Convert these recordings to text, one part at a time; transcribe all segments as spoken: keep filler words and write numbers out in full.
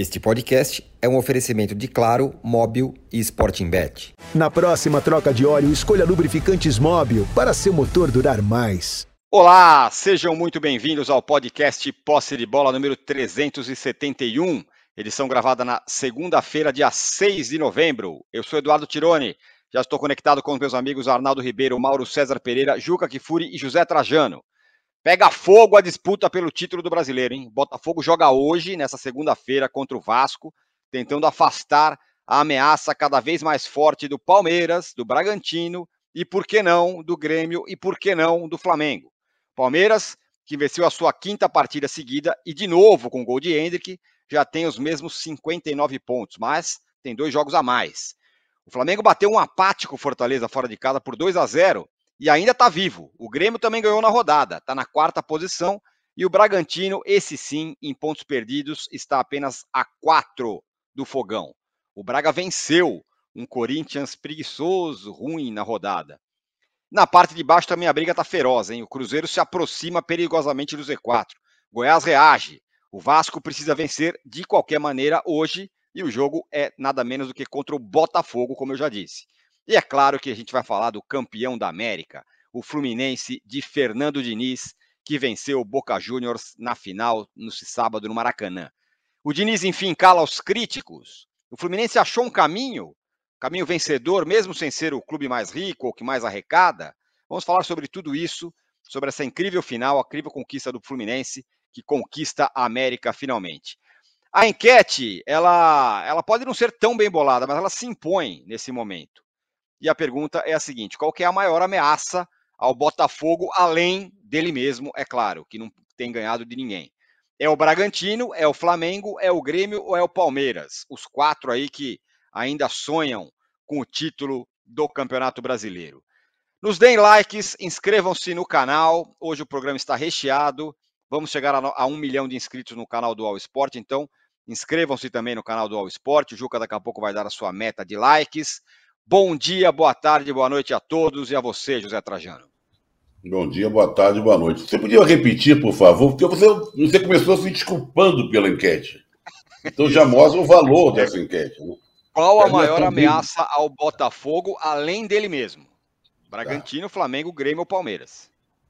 Este podcast é um oferecimento de Claro, Móbil e Sporting Bet. Na próxima troca de óleo, escolha lubrificantes Móbil para seu motor durar mais. Olá, sejam muito bem-vindos ao podcast Posse de Bola número trezentos e setenta e um, edição gravada na segunda-feira, dia seis de novembro. Eu sou Eduardo Tironi, já estou conectado com os meus amigos Arnaldo Ribeiro, Mauro César Pereira, Juca Kifuri e José Trajano. Pega fogo a disputa pelo título do Brasileiro, hein? Botafogo joga hoje, nessa segunda-feira, contra o Vasco, tentando afastar a ameaça cada vez mais forte do Palmeiras, do Bragantino e, por que não, do Grêmio e, por que não, do Flamengo. Palmeiras, que venceu a sua quinta partida seguida e, de novo, com gol de Hendrick, já tem os mesmos cinquenta e nove pontos, mas tem dois jogos a mais. O Flamengo bateu um apático Fortaleza fora de casa por dois a zero e ainda está vivo. O Grêmio também ganhou na rodada, está na quarta posição e o Bragantino, esse sim, em pontos perdidos, está apenas a quatro do Fogão. O Braga venceu um Corinthians preguiçoso, ruim na rodada. Na parte de baixo também a briga está feroz, hein? O Cruzeiro se aproxima perigosamente do Z quatro. Goiás reage. O Vasco precisa vencer de qualquer maneira hoje e o jogo é nada menos do que contra o Botafogo, como eu já disse. E é claro que a gente vai falar do campeão da América, o Fluminense de Fernando Diniz, que venceu o Boca Juniors na final no sábado no Maracanã. O Diniz, enfim, cala os críticos. O Fluminense achou um caminho, caminho vencedor, mesmo sem ser o clube mais rico ou que mais arrecada. Vamos falar sobre tudo isso, sobre essa incrível final, a incrível conquista do Fluminense, que conquista a América finalmente. A enquete, ela, ela pode não ser tão bem bolada, mas ela se impõe nesse momento. E a pergunta é a seguinte: qual que é a maior ameaça ao Botafogo, além dele mesmo, é claro, que não tem ganhado de ninguém? É o Bragantino, é o Flamengo, é o Grêmio ou é o Palmeiras? Os quatro aí que ainda sonham com o título do Campeonato Brasileiro. Nos deem likes, inscrevam-se no canal. Hoje o programa está recheado. Vamos chegar a um milhão de inscritos no canal do All Sport, então inscrevam-se também no canal do All Sport. O Juca daqui a pouco vai dar a sua meta de likes. Bom dia, boa tarde, boa noite a todos e a você, José Trajano. Bom dia, boa tarde, boa noite. Você podia repetir, por favor? Porque você, você começou se desculpando pela enquete. Então já mostra o valor dessa enquete. Né? Qual a maior ameaça ao Botafogo, além dele mesmo? Bragantino, tá. Flamengo, Grêmio ou Palmeiras?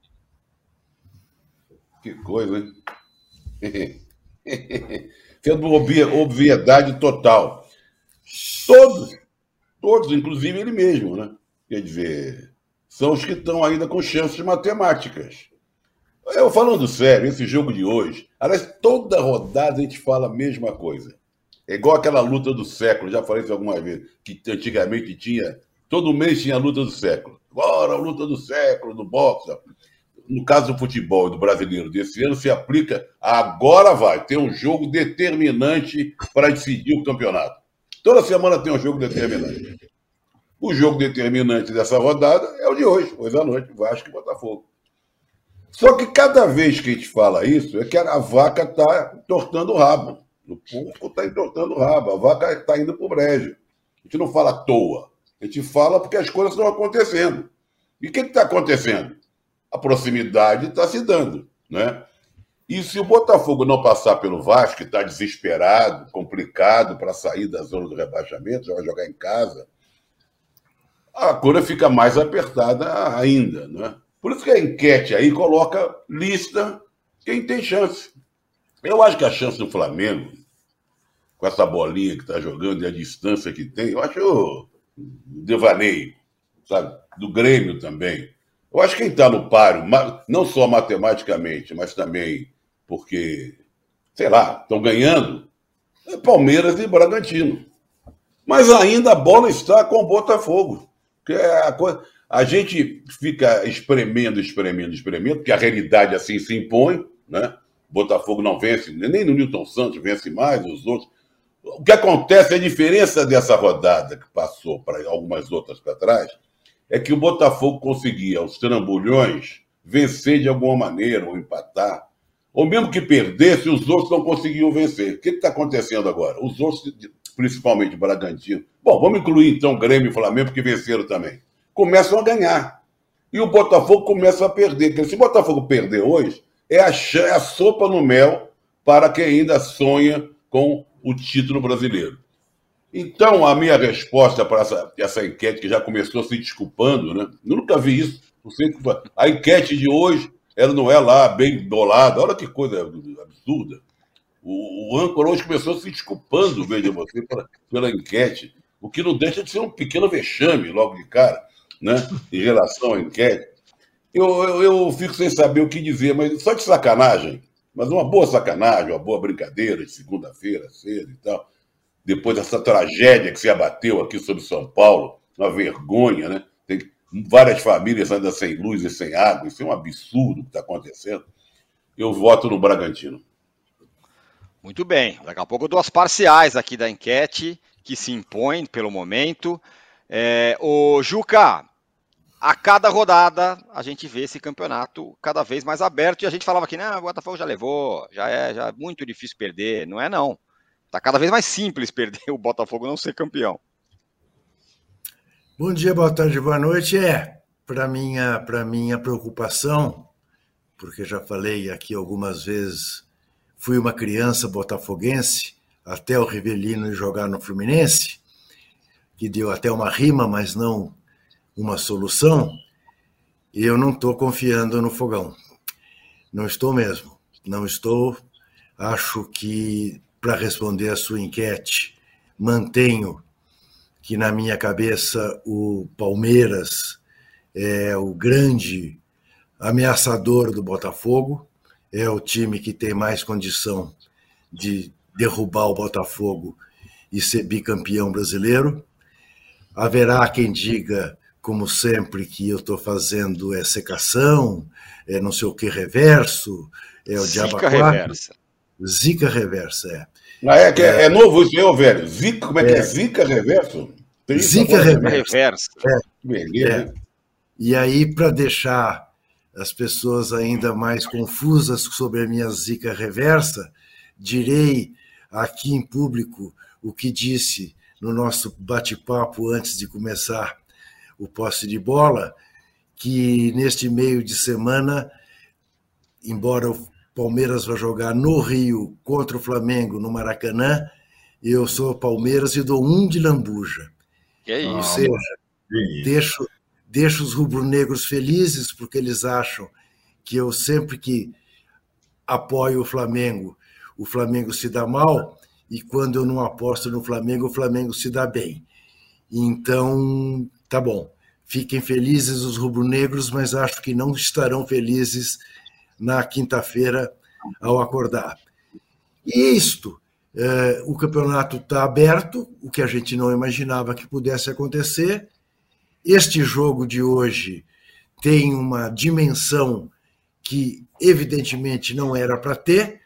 Que coisa, hein? Tendo obviedade total. Todos, todos, inclusive ele mesmo, né? Quer dizer, são os que estão ainda com chances matemáticas. Eu falando sério, esse jogo de hoje, aliás, toda rodada a gente fala a mesma coisa. É igual aquela luta do século, já falei isso algumas vezes, que antigamente tinha, todo mês tinha a luta do século. Agora a luta do século, do boxe. No caso do futebol e do brasileiro desse ano, se aplica, agora vai ter um jogo determinante para decidir o campeonato. Toda semana tem um jogo determinante. O jogo determinante dessa rodada é o de hoje, hoje à noite, Vasco e Botafogo. Só que cada vez que a gente fala isso, é que a vaca está entortando o rabo. O povo está entortando o rabo, a vaca está indo para o brejo. A gente não fala à toa, a gente fala porque as coisas estão acontecendo. E o que está acontecendo? A proximidade está se dando, né? E se o Botafogo não passar pelo Vasco, que está desesperado, complicado para sair da zona do rebaixamento, já vai jogar em casa, a coisa fica mais apertada ainda, né? Por isso que a enquete aí coloca lista quem tem chance. Eu acho que a chance do Flamengo, com essa bolinha que está jogando e a distância que tem, eu acho devaneio, sabe? Do Grêmio também. Eu acho que quem está no páreo, não só matematicamente, mas também porque, sei lá, estão ganhando, é Palmeiras e Bragantino. Mas ainda a bola está com o Botafogo. Que é a, coisa, a gente fica espremendo, espremendo, espremendo, porque a realidade assim se impõe, né? O Botafogo não vence, nem no Newton Santos vence mais, os outros. O que acontece, a diferença dessa rodada que passou para algumas outras para trás, é que o Botafogo conseguia, aos trambolhões, vencer de alguma maneira, ou empatar. Ou mesmo que perdesse, os outros não conseguiam vencer. O que está acontecendo agora? Os outros, principalmente o Bragantino. Bom, vamos incluir então Grêmio e Flamengo, que venceram também. Começam a ganhar. E o Botafogo começa a perder. Porque se o Botafogo perder hoje, é a, é a sopa no mel para quem ainda sonha com o título brasileiro. Então, a minha resposta para essa, essa enquete, que já começou se desculpando, né? Eu nunca vi isso. Não sei, a enquete de hoje, ela não é lá bem bolada. Olha que coisa absurda. O, o âncora hoje começou se desculpando, veja você, pela, pela enquete, o que não deixa de ser um pequeno vexame logo de cara, né? Em relação à enquete. Eu, eu, eu fico sem saber o que dizer, mas só de sacanagem, mas uma boa sacanagem, uma boa brincadeira de segunda-feira, cedo e tal. Depois dessa tragédia que se abateu aqui sobre São Paulo, uma vergonha, né? Tem várias famílias ainda sem luz e sem água, isso é um absurdo que está acontecendo. Eu voto no Bragantino. Muito bem, daqui a pouco duas parciais aqui da enquete, que se impõem pelo momento. É, o Juca, a cada rodada a gente vê esse campeonato cada vez mais aberto, e a gente falava que não, o Botafogo já levou, já é, já é muito difícil perder. Não é não. Está cada vez mais simples perder o Botafogo não ser campeão. Bom dia, boa tarde, boa noite. É, para minha, para minha preocupação, porque já falei aqui algumas vezes, fui uma criança botafoguense, até o Rivelino jogar no Fluminense, que deu até uma rima, mas não uma solução, e eu não estou confiando no Fogão. Não estou mesmo. Não estou. Acho que, para responder a sua enquete, mantenho que na minha cabeça o Palmeiras é o grande ameaçador do Botafogo, é o time que tem mais condição de derrubar o Botafogo e ser bicampeão brasileiro. Haverá quem diga, como sempre, que eu estou fazendo é secação, é não sei o que reverso, é o diabo Zica reversa. Zica reversa, é. Ah, é, é, é novo isso aí, velho. Zica, como é, é que é? Zica reverso? Tem Zica reverso. reverso. É. Beleza. É. E aí, para deixar as pessoas ainda mais confusas sobre a minha zica reversa, direi aqui em público o que disse no nosso bate-papo antes de começar o posse de bola, que neste meio de semana, embora o Palmeiras vá jogar no Rio contra o Flamengo, no Maracanã, eu sou Palmeiras e dou um de lambuja. Que é isso? Ou seja, deixo, deixo os rubro-negros felizes, porque eles acham que eu sempre que apoio o Flamengo, o Flamengo se dá mal, e quando eu não aposto no Flamengo, o Flamengo se dá bem. Então, tá bom. Fiquem felizes os rubro-negros, mas acho que não estarão felizes na quinta-feira ao acordar. E isto, eh, o campeonato está aberto, o que a gente não imaginava que pudesse acontecer. Este jogo de hoje tem uma dimensão que, evidentemente, não era para ter.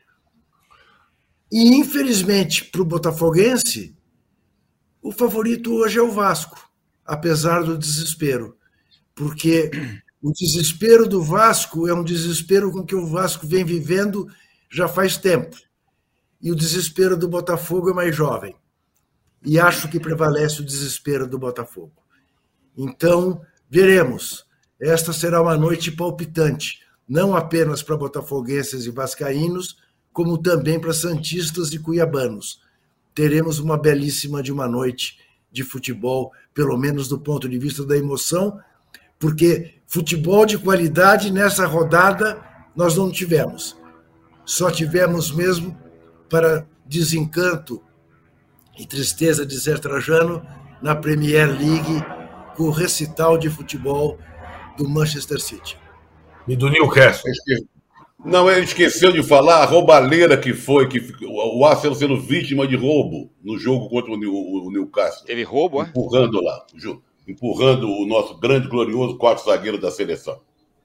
E, infelizmente, para o botafoguense, o favorito hoje é o Vasco, apesar do desespero. Porque o desespero do Vasco é um desespero com que o Vasco vem vivendo já faz tempo. E o desespero do Botafogo é mais jovem. E acho que prevalece o desespero do Botafogo. Então, veremos. Esta será uma noite palpitante, não apenas para botafoguenses e vascaínos, como também para santistas e cuiabanos. Teremos uma belíssima de uma noite de futebol, pelo menos do ponto de vista da emoção, porque futebol de qualidade nessa rodada nós não tivemos. Só tivemos mesmo para desencanto e tristeza de Zé Trajano na Premier League com o recital de futebol do Manchester City. E do Newcastle. Não, ele esqueceu de falar a roubalheira que foi, que o Arsenal sendo vítima de roubo no jogo contra o Newcastle. Teve roubo, é? Empurrando lá, empurrando o nosso grande, glorioso quarto zagueiro da seleção.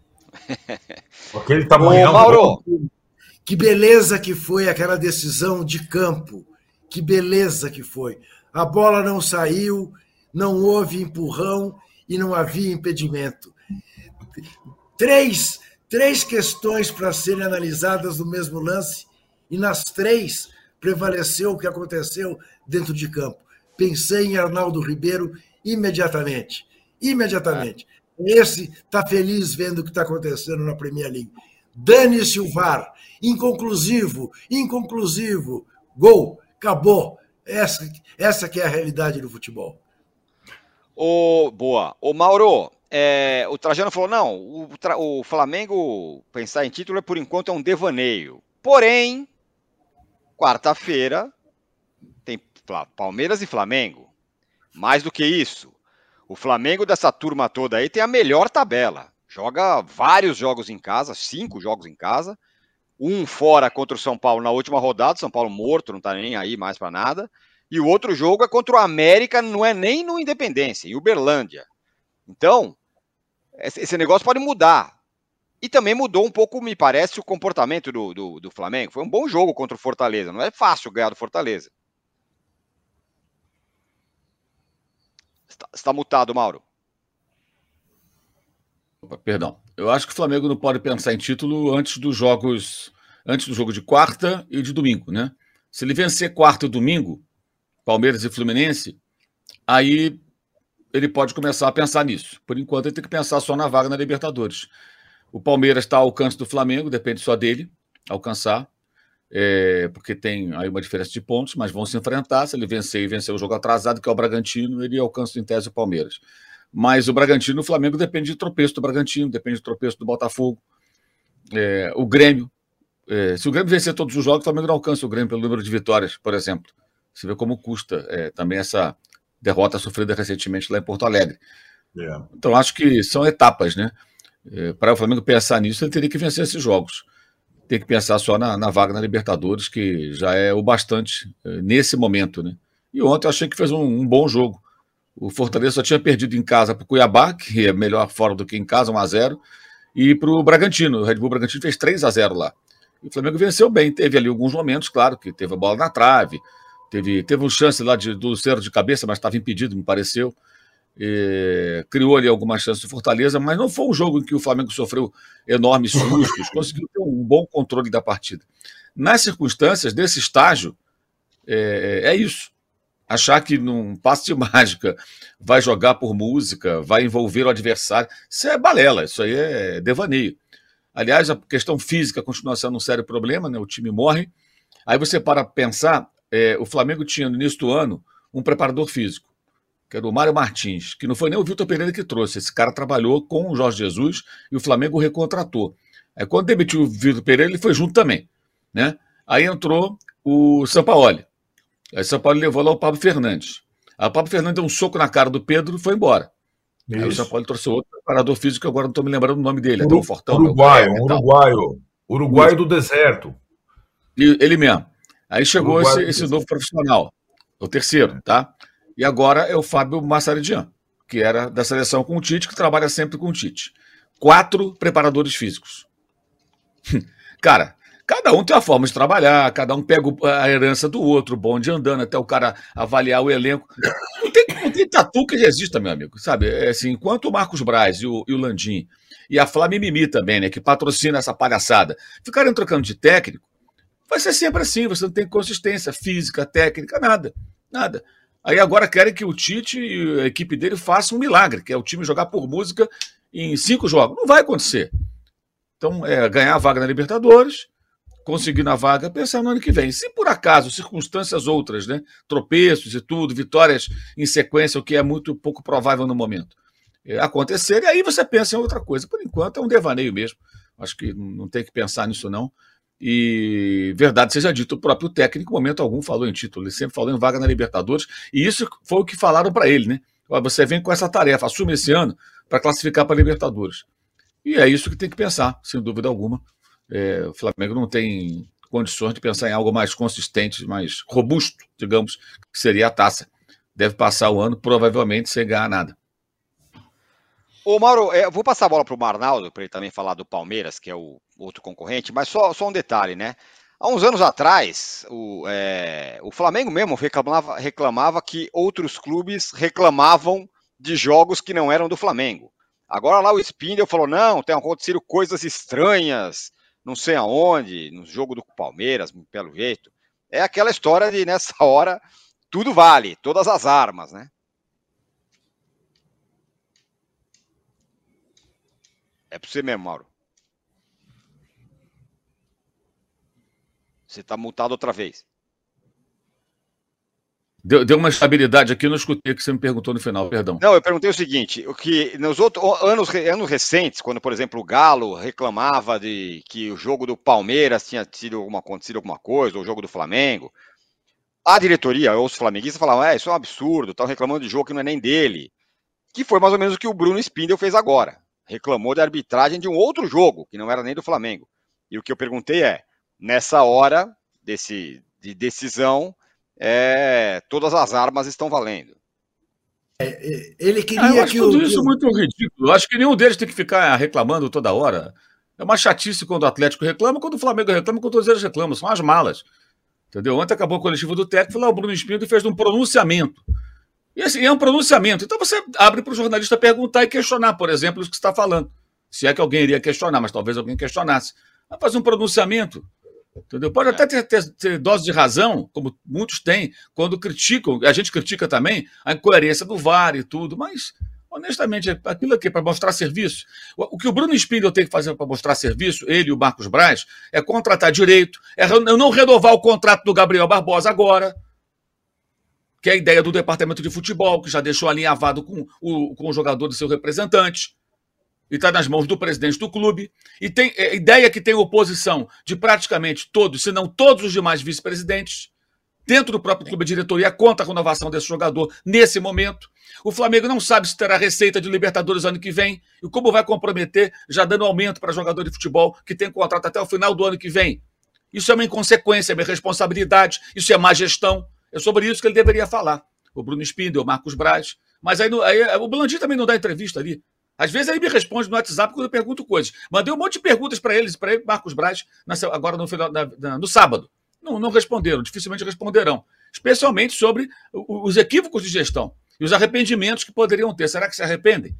Aquele tamanho. Ô, Mauro! Que beleza que foi aquela decisão de campo. Que beleza que foi. A bola não saiu, não houve empurrão e não havia impedimento. Três, três questões para serem analisadas no mesmo lance e nas três prevaleceu o que aconteceu dentro de campo. Pensei em Arnaldo Ribeiro imediatamente. Imediatamente. Esse está feliz vendo o que está acontecendo na Premier League. Dane-se o V A R. Inconclusivo, inconclusivo. Gol. Acabou. Essa, essa que é a realidade do futebol. Ô, boa. Ô, Mauro, é, o Trajano falou, não, o, o Flamengo pensar em título, é, por enquanto, é um devaneio. Porém, quarta-feira, tem Palmeiras e Flamengo. Mais do que isso, o Flamengo dessa turma toda aí tem a melhor tabela. Joga vários jogos em casa, cinco jogos em casa. Um fora contra o São Paulo na última rodada, São Paulo morto, não tá nem aí mais para nada. E o outro jogo é contra o América, não é nem no Independência, em Uberlândia. Então, esse negócio pode mudar. E também mudou um pouco, me parece, o comportamento do, do, do Flamengo. Foi um bom jogo contra o Fortaleza, não é fácil ganhar do Fortaleza. Está, está mutado, Mauro. Opa, perdão. Eu acho que o Flamengo não pode pensar em título antes dos jogos, antes do jogo de quarta e de domingo, né? Se ele vencer quarta e domingo, Palmeiras e Fluminense, aí ele pode começar a pensar nisso. Por enquanto, ele tem que pensar só na vaga na Libertadores. O Palmeiras está ao alcance do Flamengo, depende só dele alcançar, é, porque tem aí uma diferença de pontos, mas vão se enfrentar. Se ele vencer e vencer o jogo atrasado, que é o Bragantino, ele alcança em tese o Palmeiras. Mas o Bragantino, o Flamengo depende de tropeço do Bragantino, depende de tropeço do Botafogo. É, o Grêmio, é, se o Grêmio vencer todos os jogos, o Flamengo não alcança o Grêmio pelo número de vitórias, por exemplo. Você vê como custa é, também essa derrota sofrida recentemente lá em Porto Alegre. Yeah. Então, acho que são etapas, né? É, para o Flamengo pensar nisso, ele teria que vencer esses jogos. Tem que pensar só na, na vaga na Libertadores, que já é o bastante é, nesse momento, né? E ontem eu achei que fez um, um bom jogo. O Fortaleza só tinha perdido em casa para o Cuiabá, que é melhor fora do que em casa, um a zero, e para o Bragantino. O Red Bull Bragantino fez três a zero lá. E o Flamengo venceu bem. Teve ali alguns momentos, claro, que teve a bola na trave, teve, teve um chance lá de, do Lucero de cabeça, mas estava impedido, me pareceu. E criou ali algumas chances do Fortaleza, mas não foi um jogo em que o Flamengo sofreu enormes sustos, conseguiu ter um bom controle da partida. Nas circunstâncias desse estágio, é, é isso. Achar que num passe de mágica vai jogar por música, vai envolver o adversário, isso é balela, isso aí é devaneio. Aliás, a questão física continua sendo um sério problema, né? O time morre. Aí você para pensar, é, o Flamengo tinha no início do ano um preparador físico, que era o Mário Martins, que não foi nem o Vitor Pereira que trouxe. Esse cara trabalhou com o Jorge Jesus e o Flamengo o recontratou. Aí quando demitiu o Vitor Pereira, ele foi junto também, né? Aí entrou o Sampaoli. Aí o São Paulo levou lá o Pablo Fernandes. Aí o Pablo Fernandes deu um soco na cara do Pedro e foi embora. Isso. Aí o São Paulo trouxe outro preparador físico, que agora não estou me lembrando o nome dele. Uru... Até o Fortão. Uruguaio, um uruguaio. Uruguaio do deserto. E, ele mesmo. Aí chegou esse, esse novo profissional, o terceiro, tá? E agora é o Fábio Massaridian, que era da seleção com o Tite, que trabalha sempre com o Tite. Quatro preparadores físicos. Cara... Cada um tem uma forma de trabalhar, cada um pega a herança do outro, o bonde andando, até o cara avaliar o elenco. Não tem, não tem tatu que resista, meu amigo, sabe? É assim, enquanto o Marcos Braz e o, e o Landim, e a Flá Mimimi também, né, que patrocina essa palhaçada, ficarem trocando de técnico, vai ser sempre assim, você não tem consistência física, técnica, nada, nada. Aí agora querem que o Tite e a equipe dele façam um milagre, que é o time jogar por música em cinco jogos. Não vai acontecer. Então, é ganhar a vaga na Libertadores, conseguindo a vaga, pensar no ano que vem. Se por acaso, circunstâncias outras, né, tropeços e tudo, vitórias em sequência, o que é muito pouco provável no momento, é, acontecer, e aí você pensa em outra coisa. Por enquanto é um devaneio mesmo. Acho que não tem que pensar nisso não. E verdade seja dito, o próprio técnico, em momento algum, falou em título. Ele sempre falou em vaga na Libertadores, e isso foi o que falaram para ele, né? Você vem com essa tarefa, assume esse ano para classificar para a Libertadores. E é isso que tem que pensar, sem dúvida alguma. É, o Flamengo não tem condições de pensar em algo mais consistente, mais robusto, digamos, que seria a taça. Deve passar o ano, provavelmente, sem ganhar nada. Ô, Mauro, eu vou passar a bola para o Marnaldo, para ele também falar do Palmeiras, que é o outro concorrente, mas só, só um detalhe, né? Há uns anos atrás, o, é, o Flamengo mesmo reclamava, reclamava que outros clubes reclamavam de jogos que não eram do Flamengo. Agora lá o Spindle falou, não, tem acontecido coisas estranhas, não sei aonde, no jogo do Palmeiras, pelo jeito. É aquela história de, nessa hora, tudo vale, todas as armas, né? É pra você mesmo, Mauro. Você tá multado outra vez. Deu, deu uma estabilidade aqui, não escutei o que você me perguntou no final, perdão. Não, eu perguntei o seguinte, o que nos outros anos, anos recentes, quando, por exemplo, o Galo reclamava de que o jogo do Palmeiras tinha tido alguma, acontecido alguma coisa, ou o jogo do Flamengo, a diretoria, ou os flamenguistas falavam, é, isso é um absurdo, estão reclamando de jogo que não é nem dele, que foi mais ou menos o que o Bruno Spindel fez agora, reclamou de arbitragem de um outro jogo, que não era nem do Flamengo. E o que eu perguntei é, nessa hora desse, de decisão, é, todas as armas estão valendo. É, ele queria ah, eu acho que tudo o, isso que... muito ridículo. Eu acho que nenhum deles tem que ficar reclamando toda hora. É uma chatice quando o Atlético reclama, quando o Flamengo reclama, quando todos eles reclamam. São as malas. Entendeu? Ontem acabou o coletivo do técnico, lá o Bruno Spindel fez um pronunciamento. E assim, é um pronunciamento. Então você abre para o jornalista perguntar e questionar, por exemplo, o que você está falando. Se é que alguém iria questionar, mas talvez alguém questionasse. Vai fazer um pronunciamento. Entendeu? Pode até ter, ter, ter dose de razão, como muitos têm, quando criticam, a gente critica também a incoerência do V A R e tudo, mas, honestamente, aquilo aqui é para mostrar serviço. O, o que o Bruno Spindel tem que fazer para mostrar serviço, ele e o Marcos Braz, é contratar direito, é não renovar o contrato do Gabriel Barbosa agora, que é a ideia do departamento de futebol, que já deixou alinhavado com o, com o jogador de seu representante, e está nas mãos do presidente do clube, e tem é, ideia que tem oposição de praticamente todos, se não todos os demais vice-presidentes, dentro do próprio clube, a diretoria contra a renovação desse jogador nesse momento. O Flamengo não sabe se terá receita de Libertadores ano que vem, e como vai comprometer, já dando aumento para jogador de futebol que tem contrato até o final do ano que vem. Isso é uma inconsequência, é uma irresponsabilidade, isso é má gestão. É sobre isso que ele deveria falar. O Bruno Spindel, o Marcos Braz. Mas aí, aí o Blandinho também não dá entrevista ali. Às vezes ele me responde no WhatsApp quando eu pergunto coisas. Mandei um monte de perguntas para eles, para ele, Marcos Braz, agora no, final, na, na, no sábado. Não, não responderam, dificilmente responderão. Especialmente sobre os equívocos de gestão e os arrependimentos que poderiam ter. Será que se arrependem?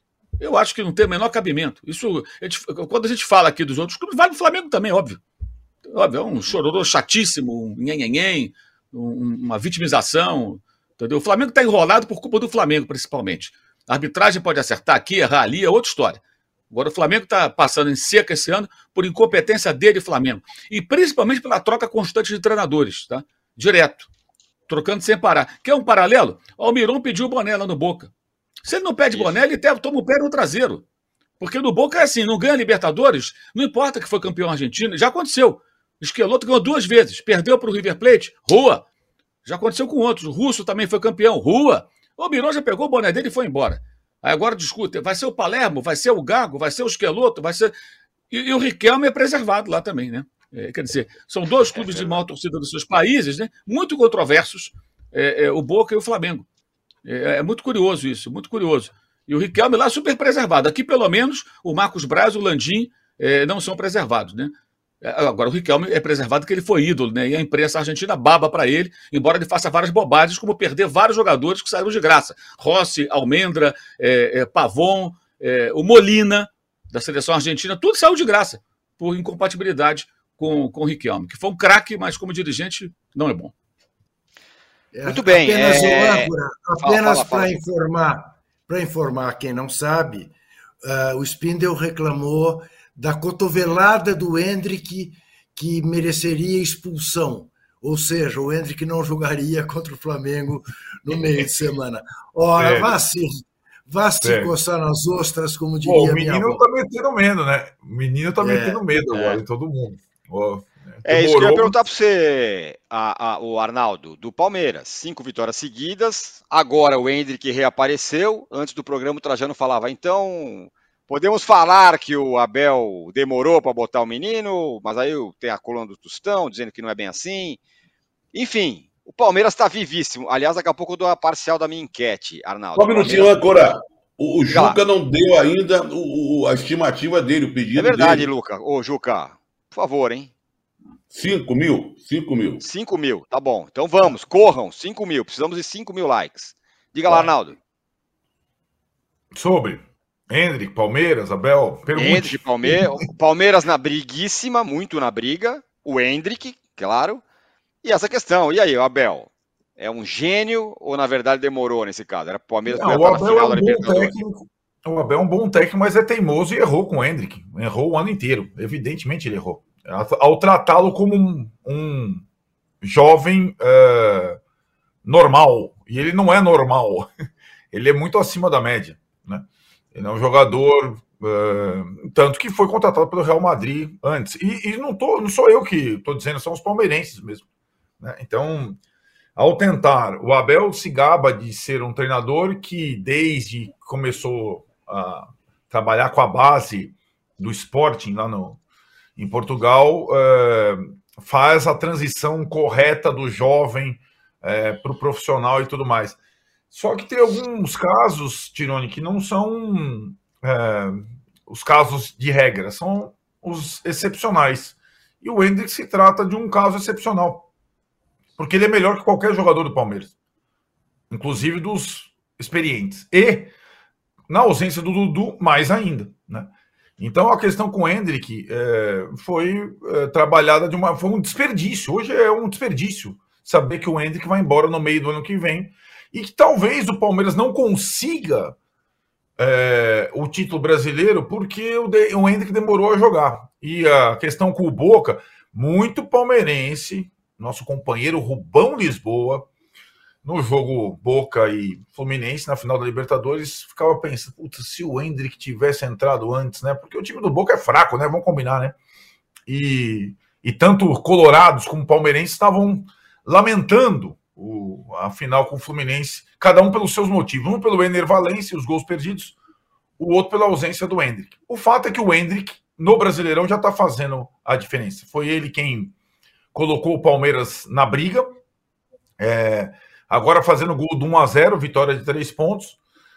Eu acho que não tem o menor cabimento. Isso, a gente, quando a gente fala aqui dos outros clubes, vale o Flamengo também, óbvio. Óbvio, é um chororô chatíssimo, um nhenhenhen, um, uma vitimização. Entendeu? O Flamengo está enrolado por culpa do Flamengo, principalmente. A arbitragem pode acertar aqui, errar ali, é outra história. Agora o Flamengo está passando em seca esse ano por incompetência dele e Flamengo. E principalmente pela troca constante de treinadores, tá? Direto. Trocando sem parar. Quer um paralelo? O Almiron pediu o boné lá no Boca. Se ele não pede Isso. boné, ele toma o pé no traseiro. Porque no Boca é assim, não ganha Libertadores, não importa que foi campeão argentino, já aconteceu. O Schelotto ganhou duas vezes, perdeu para o River Plate, rua. Já aconteceu com outros. O Russo também foi campeão, rua. O Almiron já pegou o boné dele e foi embora. Aí agora discute, vai ser o Palermo, vai ser o Gago, vai ser o Schelotto, vai ser... E, e o Riquelme é preservado lá também, né? É, quer dizer, são dois clubes de maior torcida dos seus países, né? Muito controversos, é, é, o Boca e o Flamengo. É, é muito curioso isso, muito curioso. E o Riquelme lá super preservado. Aqui, pelo menos, o Marcos Braz e o Landim é, não são preservados, né? Agora, o Riquelme é preservado porque ele foi ídolo, né? E a imprensa argentina baba para ele, embora ele faça várias bobagens, como perder vários jogadores que saíram de graça. Rossi, Almendra, é, é, Pavon, é, o Molina, da seleção argentina, tudo saiu de graça, por incompatibilidade com, com o Riquelme, que foi um craque, mas como dirigente não é bom. Muito bem. Apenas, é... âncora, apenas para informar, para informar quem não sabe, uh, o Spindel reclamou da cotovelada do Endrick, que mereceria expulsão. Ou seja, o Endrick não jogaria contra o Flamengo no meio de semana. Ora, vá se, vá se coçar nas ostras, como diria Pô, o minha menino avó. tá metendo medo, né? O menino tá é, metendo medo agora em é. todo mundo. Oh, é isso que eu ia perguntar para você, a, a, o Arnaldo, do Palmeiras. Cinco vitórias seguidas. Agora o Endrick reapareceu. Antes do programa o Trajano falava, então... Podemos falar que o Abel demorou para botar o menino, mas aí tem a coluna do Tostão dizendo que não é bem assim. Enfim, o Palmeiras está vivíssimo. Aliás, daqui a pouco eu dou a parcial da minha enquete, Arnaldo. Só um minutinho, Âncora. O, o Juca não deu ainda o, o, a estimativa dele, o pedido dele. É verdade, dele. Luca. Ô, Juca, por favor, hein? Cinco mil? Cinco mil. Cinco mil, tá bom. Então vamos, corram, cinco mil. Precisamos de cinco mil likes. Diga lá, Arnaldo. Sobre... Endrick, Palmeiras, Abel, pergunte. Endrick, Palmeiras, Palmeiras na briguíssima, muito na briga. O Endrick, claro. E essa questão, e aí, o Abel? É um gênio ou, na verdade, demorou nesse caso? Era o Palmeiras que ia estar na final da Libertadores. O Abel é um bom técnico, mas é teimoso e errou com o Endrick. Errou o ano inteiro. Evidentemente ele errou. Ao tratá-lo como um, um jovem uh, normal. E ele não é normal. Ele é muito acima da média, né? Ele é um jogador... Uh, tanto que foi contratado pelo Real Madrid antes. E, e não, tô, não sou eu que estou dizendo, são os palmeirenses mesmo, né? Então, ao tentar, o Abel se gaba de ser um treinador que, desde que começou a trabalhar com a base do Sporting lá no, em Portugal, uh, faz a transição correta do jovem uh, para o profissional e tudo mais. Só que tem alguns casos, Tironi, que não são... É, os casos de regra, são os excepcionais. E o Endrick se trata de um caso excepcional, porque ele é melhor que qualquer jogador do Palmeiras, inclusive dos experientes. E, na ausência do Dudu, mais ainda, né? Então, a questão com o Endrick é, foi é, trabalhada de uma... Foi um desperdício. Hoje é um desperdício saber que o Endrick vai embora no meio do ano que vem e que talvez o Palmeiras não consiga É, o título brasileiro porque o, de, o Endrick demorou a jogar. E a questão com o Boca, muito palmeirense, nosso companheiro Rubão Lisboa, no jogo Boca e Fluminense, na final da Libertadores, ficava pensando, putz, se o Endrick tivesse entrado antes, né? Porque o time do Boca é fraco, né? Vamos combinar, né? E, e tanto colorados como palmeirenses estavam lamentando O, a final com o Fluminense, cada um pelos seus motivos, um pelo Ener Valencia, os gols perdidos, o outro pela ausência do Endrick. O fato é que o Endrick, no Brasileirão, já está fazendo a diferença. Foi ele quem colocou o Palmeiras na briga, é, agora fazendo gol de um a zero, vitória de três pontos,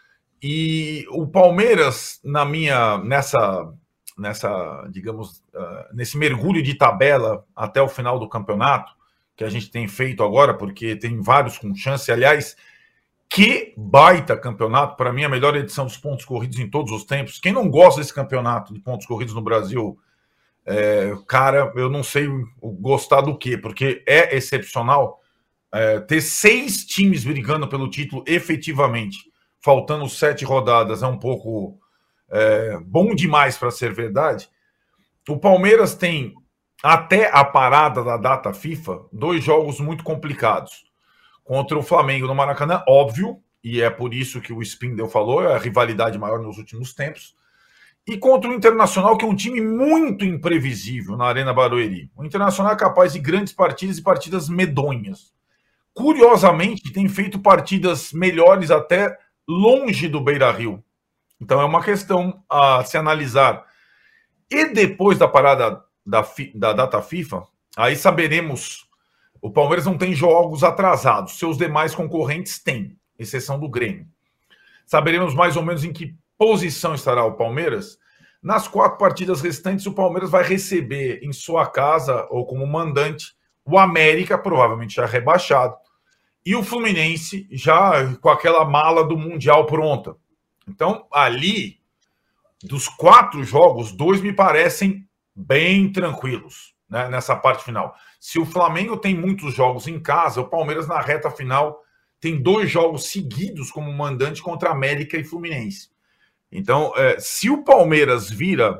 e o Palmeiras, na minha, nessa, nessa digamos, uh, nesse mergulho de tabela até o final do campeonato, que a gente tem feito agora, porque tem vários com chance. Aliás, que baita campeonato. Para mim, a melhor edição dos pontos corridos em todos os tempos. Quem não gosta desse campeonato de pontos corridos no Brasil, é, cara, eu não sei gostar do quê, porque é excepcional é, ter seis times brigando pelo título efetivamente, faltando sete rodadas, é um pouco é, bom demais para ser verdade. O Palmeiras tem... Até a parada da data FIFA, dois jogos muito complicados. Contra o Flamengo no Maracanã, óbvio, e é por isso que o Spindel falou, é a rivalidade maior nos últimos tempos. E contra o Internacional, que é um time muito imprevisível na Arena Barueri. O Internacional é capaz de grandes partidas e partidas medonhas. Curiosamente, tem feito partidas melhores até longe do Beira-Rio. Então é uma questão a se analisar. E depois da parada Da, da data FIFA, aí saberemos. O Palmeiras não tem jogos atrasados, seus demais concorrentes têm, exceção do Grêmio. Saberemos mais ou menos em que posição estará o Palmeiras. Nas quatro partidas restantes, o Palmeiras vai receber em sua casa, ou como mandante, o América, provavelmente já rebaixado, e o Fluminense já com aquela mala do Mundial pronta. Então, ali, dos quatro jogos, dois me parecem bem tranquilos, né, nessa parte final. Se o Flamengo tem muitos jogos em casa, o Palmeiras na reta final tem dois jogos seguidos como mandante contra América e Fluminense. Então, é, se o Palmeiras vira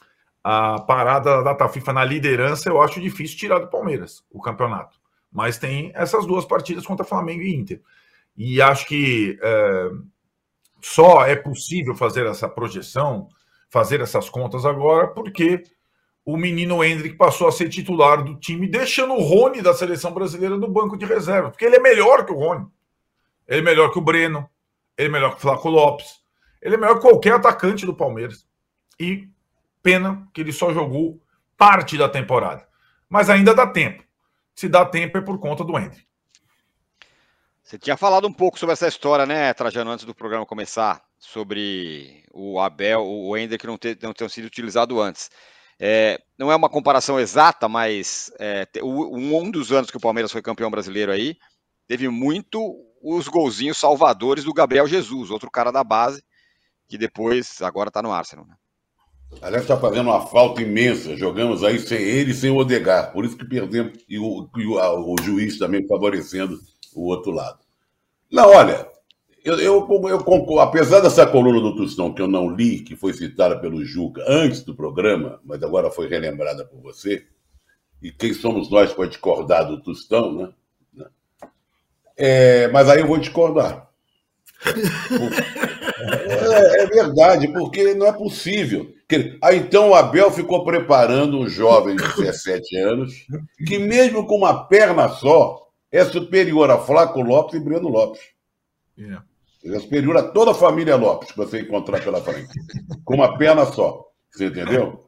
a parada da data FIFA na liderança, eu acho difícil tirar do Palmeiras o campeonato. Mas tem essas duas partidas contra Flamengo e Inter. E acho que é, só é possível fazer essa projeção, fazer essas contas agora, porque o menino Endrick passou a ser titular do time, deixando o Rony da seleção brasileira no banco de reserva, porque ele é melhor que o Rony. Ele é melhor que o Breno, ele é melhor que o Flaco Lopes, ele é melhor que qualquer atacante do Palmeiras. E pena que ele só jogou parte da temporada. Mas ainda dá tempo. Se dá tempo é por conta do Endrick. Você tinha falado um pouco sobre essa história, né, Trajano, antes do programa começar, sobre o Abel, o Endrick não ter, não ter sido utilizado antes. É, não é uma comparação exata, mas é, um dos anos que o Palmeiras foi campeão brasileiro aí, teve muito os golzinhos salvadores do Gabriel Jesus, outro cara da base, que depois agora está no Arsenal, né? Aliás, está fazendo uma falta imensa. Jogamos aí sem ele e sem o Odegaard. Por isso que perdemos. E o, e o, a, o juiz também favorecendo o outro lado. Não, olha, eu, eu, eu concordo. Apesar dessa coluna do Tostão que eu não li, que foi citada pelo Juca antes do programa, mas agora foi relembrada por você, e quem somos nós para discordar do Tostão, né? É, mas aí eu vou discordar. É, é verdade, porque não é possível. Ah, então o Abel ficou preparando um jovem de dezessete anos, que mesmo com uma perna só, é superior a Flaco Lopes e Breno Lopes. Yeah. É superior a toda a família Lopes que você encontrar pela frente. Com uma perna só. Você entendeu?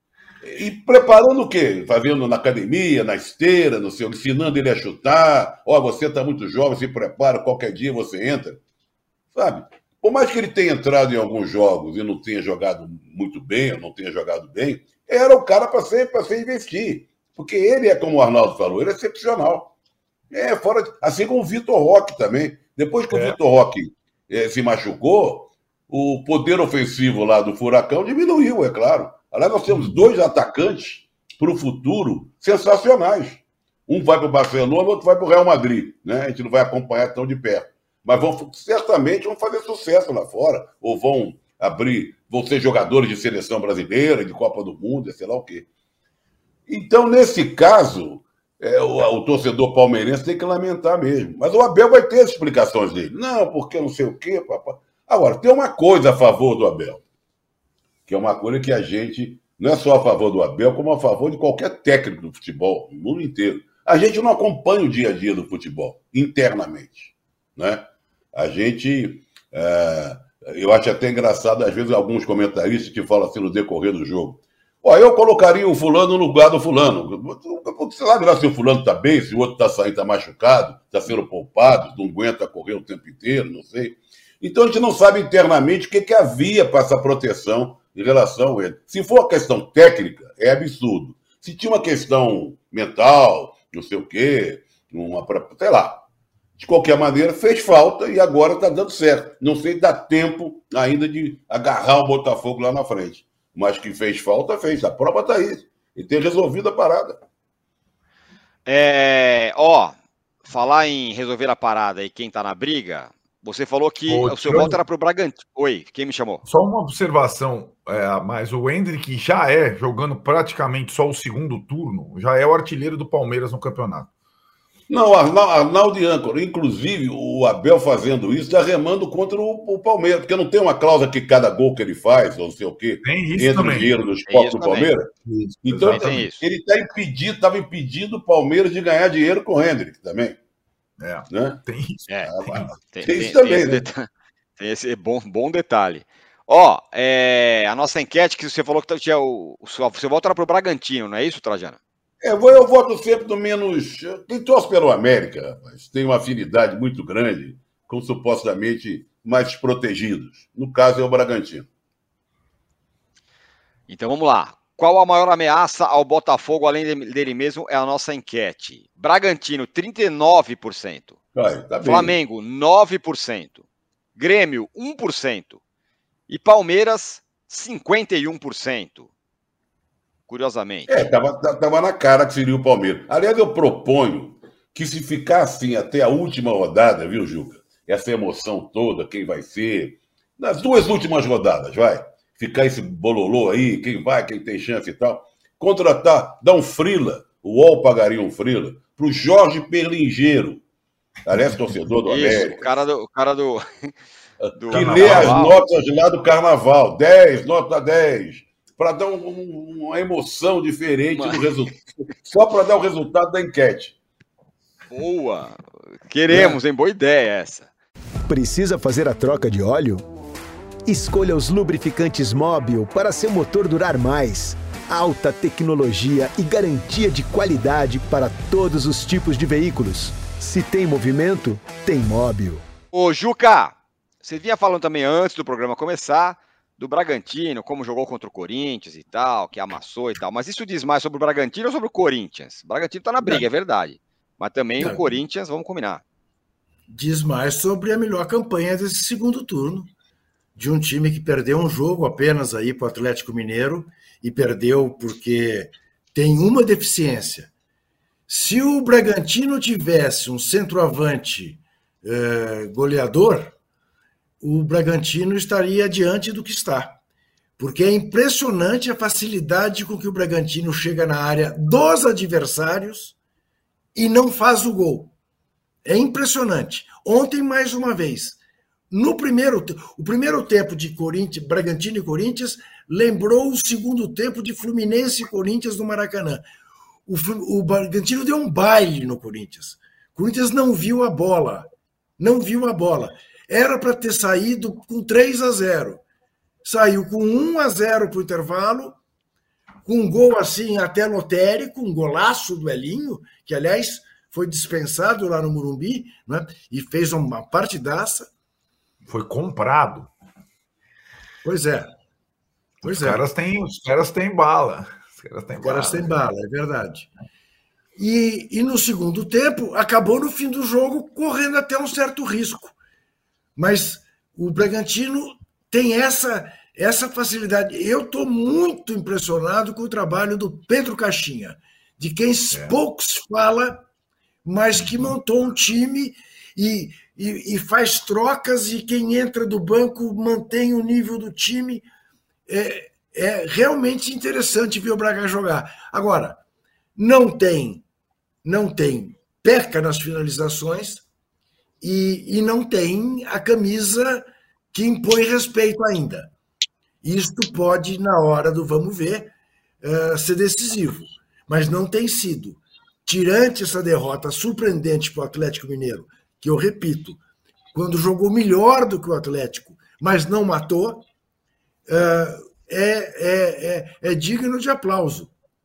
E preparando o quê? Fazendo na academia, na esteira, no seu, ensinando ele a chutar. Ó, oh, você está muito jovem, se prepara, qualquer dia você entra. Sabe? Por mais que ele tenha entrado em alguns jogos e não tenha jogado muito bem, ou não tenha jogado bem, era o cara para ser, para ser investir. Porque ele é, como o Arnaldo falou, ele é excepcional. É, fora de... Assim como o Vitor Roque também. Depois que é. o Vitor Roque é, se machucou, o poder ofensivo lá do Furacão diminuiu, é claro. Aliás, nós temos dois atacantes para o futuro sensacionais. Um vai para o Barcelona, o outro vai para o Real Madrid. Né? A gente não vai acompanhar tão de perto. Mas vão, certamente vão fazer sucesso lá fora. Ou vão abrir, vão ser jogadores de seleção brasileira, de Copa do Mundo, sei lá o quê. Então, nesse caso, é, o, o torcedor palmeirense tem que lamentar mesmo. Mas o Abel vai ter as explicações dele. Não, porque não sei o quê. Papá. Agora, tem uma coisa a favor do Abel, que é uma coisa que a gente não é só a favor do Abel, como a favor de qualquer técnico do futebol, no mundo inteiro. A gente não acompanha o dia a dia do futebol, internamente. Né? A gente... É, eu acho até engraçado, às vezes, alguns comentaristas que falam assim no decorrer do jogo. Ó, eu colocaria o fulano no lugar do fulano. Você sabe lá se o fulano está bem, se o outro está saindo, está machucado, está sendo poupado, não aguenta correr o tempo inteiro, não sei. Então a gente não sabe internamente o que, que havia para essa proteção em relação a ele. Se for uma questão técnica, é absurdo. Se tinha uma questão mental, não sei o quê, uma, sei lá. De qualquer maneira, fez falta e agora está dando certo. Não sei se dá tempo ainda de agarrar o Botafogo lá na frente. Mas que fez falta, fez. A prova está aí. E tem resolvido a parada. É, ó, falar em resolver a parada e quem está na briga, você falou que Ô, o seu voto era para o Bragantino. Oi, quem me chamou? Só uma observação, é, mas o Endrick já é, jogando praticamente só o segundo turno, já é o artilheiro do Palmeiras no campeonato. Não, Arnaldo e Âncora, inclusive o Abel fazendo isso, está remando contra o, o Palmeiras, porque não tem uma cláusula que cada gol que ele faz, ou não sei o quê, entra o dinheiro no esporte do Palmeiras. Isso, então ele está impedido, estava impedindo o Palmeiras de ganhar dinheiro com o Hendrick também. É, né? Tem isso. É, tem, tem, tem isso tem, também, tem né? Esse tem esse bom, bom detalhe. Ó, é, a nossa enquete que você falou que tinha o, o seu, seu voto era para o Bragantino, não é isso, Trajano? É, eu voto sempre no menos... Quem torce pelo América, rapaz, tem uma afinidade muito grande com supostamente mais desprotegidos. No caso, é o Bragantino. Então, vamos lá. Qual a maior ameaça ao Botafogo, além dele mesmo, é a nossa enquete? Bragantino, trinta e nove por cento. Ai, tá bem. Flamengo, nove por cento. Grêmio, um por cento. E Palmeiras, cinquenta e um por cento. Curiosamente. É, tava, tava na cara que seria o Palmeiras. Aliás, eu proponho que se ficar assim até a última rodada, viu, Juca? Essa emoção toda, quem vai ser... Nas duas últimas rodadas, vai. Ficar esse bololô aí, quem vai, quem tem chance e tal. Contratar, dar um frila, o U O L pagaria um frila, pro Jorge Perlingeiro. Aliás, torcedor do Isso, América. o cara do... O cara do, do que lê as notas lá do Carnaval. dez, nota dez. Para dar um, um, uma emoção diferente Mas... no resultado. Só para dar o resultado da enquete. Boa! Queremos, é. hein? Boa ideia essa. Precisa fazer a troca de óleo? Escolha os lubrificantes Móbil para seu motor durar mais. Alta tecnologia e garantia de qualidade para todos os tipos de veículos. Se tem movimento, tem Móbil. Ô, Juca, você vinha falando também antes do programa começar do Bragantino, como jogou contra o Corinthians e tal, que amassou e tal. Mas isso diz mais sobre o Bragantino ou sobre o Corinthians? O Bragantino tá na briga, é verdade. Mas também Não. o Corinthians, vamos combinar. Diz mais sobre a melhor campanha desse segundo turno. De um time que perdeu um jogo apenas aí para o Atlético Mineiro e perdeu porque tem uma deficiência. Se o Bragantino tivesse um centroavante eh, goleador, o Bragantino estaria diante do que está. Porque é impressionante a facilidade com que o Bragantino chega na área dos adversários e não faz o gol. É impressionante. Ontem, mais uma vez, no primeiro, o primeiro tempo de Corinthians, Bragantino e Corinthians lembrou o segundo tempo de Fluminense e Corinthians no Maracanã. O, o Bragantino deu um baile no Corinthians. O Corinthians não viu a bola. Não viu a bola. Era para ter saído com três a zero. Saiu com um a zero para o intervalo, com um gol assim até lotérico, um golaço do Elinho, que, aliás, foi dispensado lá no Morumbi, né, e fez uma partidaça. Foi comprado. Pois é. Pois os, é. Caras têm, os caras têm bala. Os caras têm os caras bala. têm bala, é verdade. E, e no segundo tempo, acabou no fim do jogo correndo até um certo risco. Mas o Bragantino tem essa, essa facilidade. Eu estou muito impressionado com o trabalho do Pedro Caixinha, de quem é. poucos fala, mas que montou um time e, e, e faz trocas, e quem entra do banco mantém o nível do time. É, é realmente interessante ver o Braga jogar. Agora, não tem, não tem perca nas finalizações e, e não tem a camisa que impõe respeito ainda. Isto pode, na hora do vamos ver, uh, ser decisivo, mas não tem sido. Tirante essa derrota surpreendente para o Atlético Mineiro, que eu repito, quando jogou melhor do que o Atlético, mas não matou, uh, é, é, é, é digno de aplauso.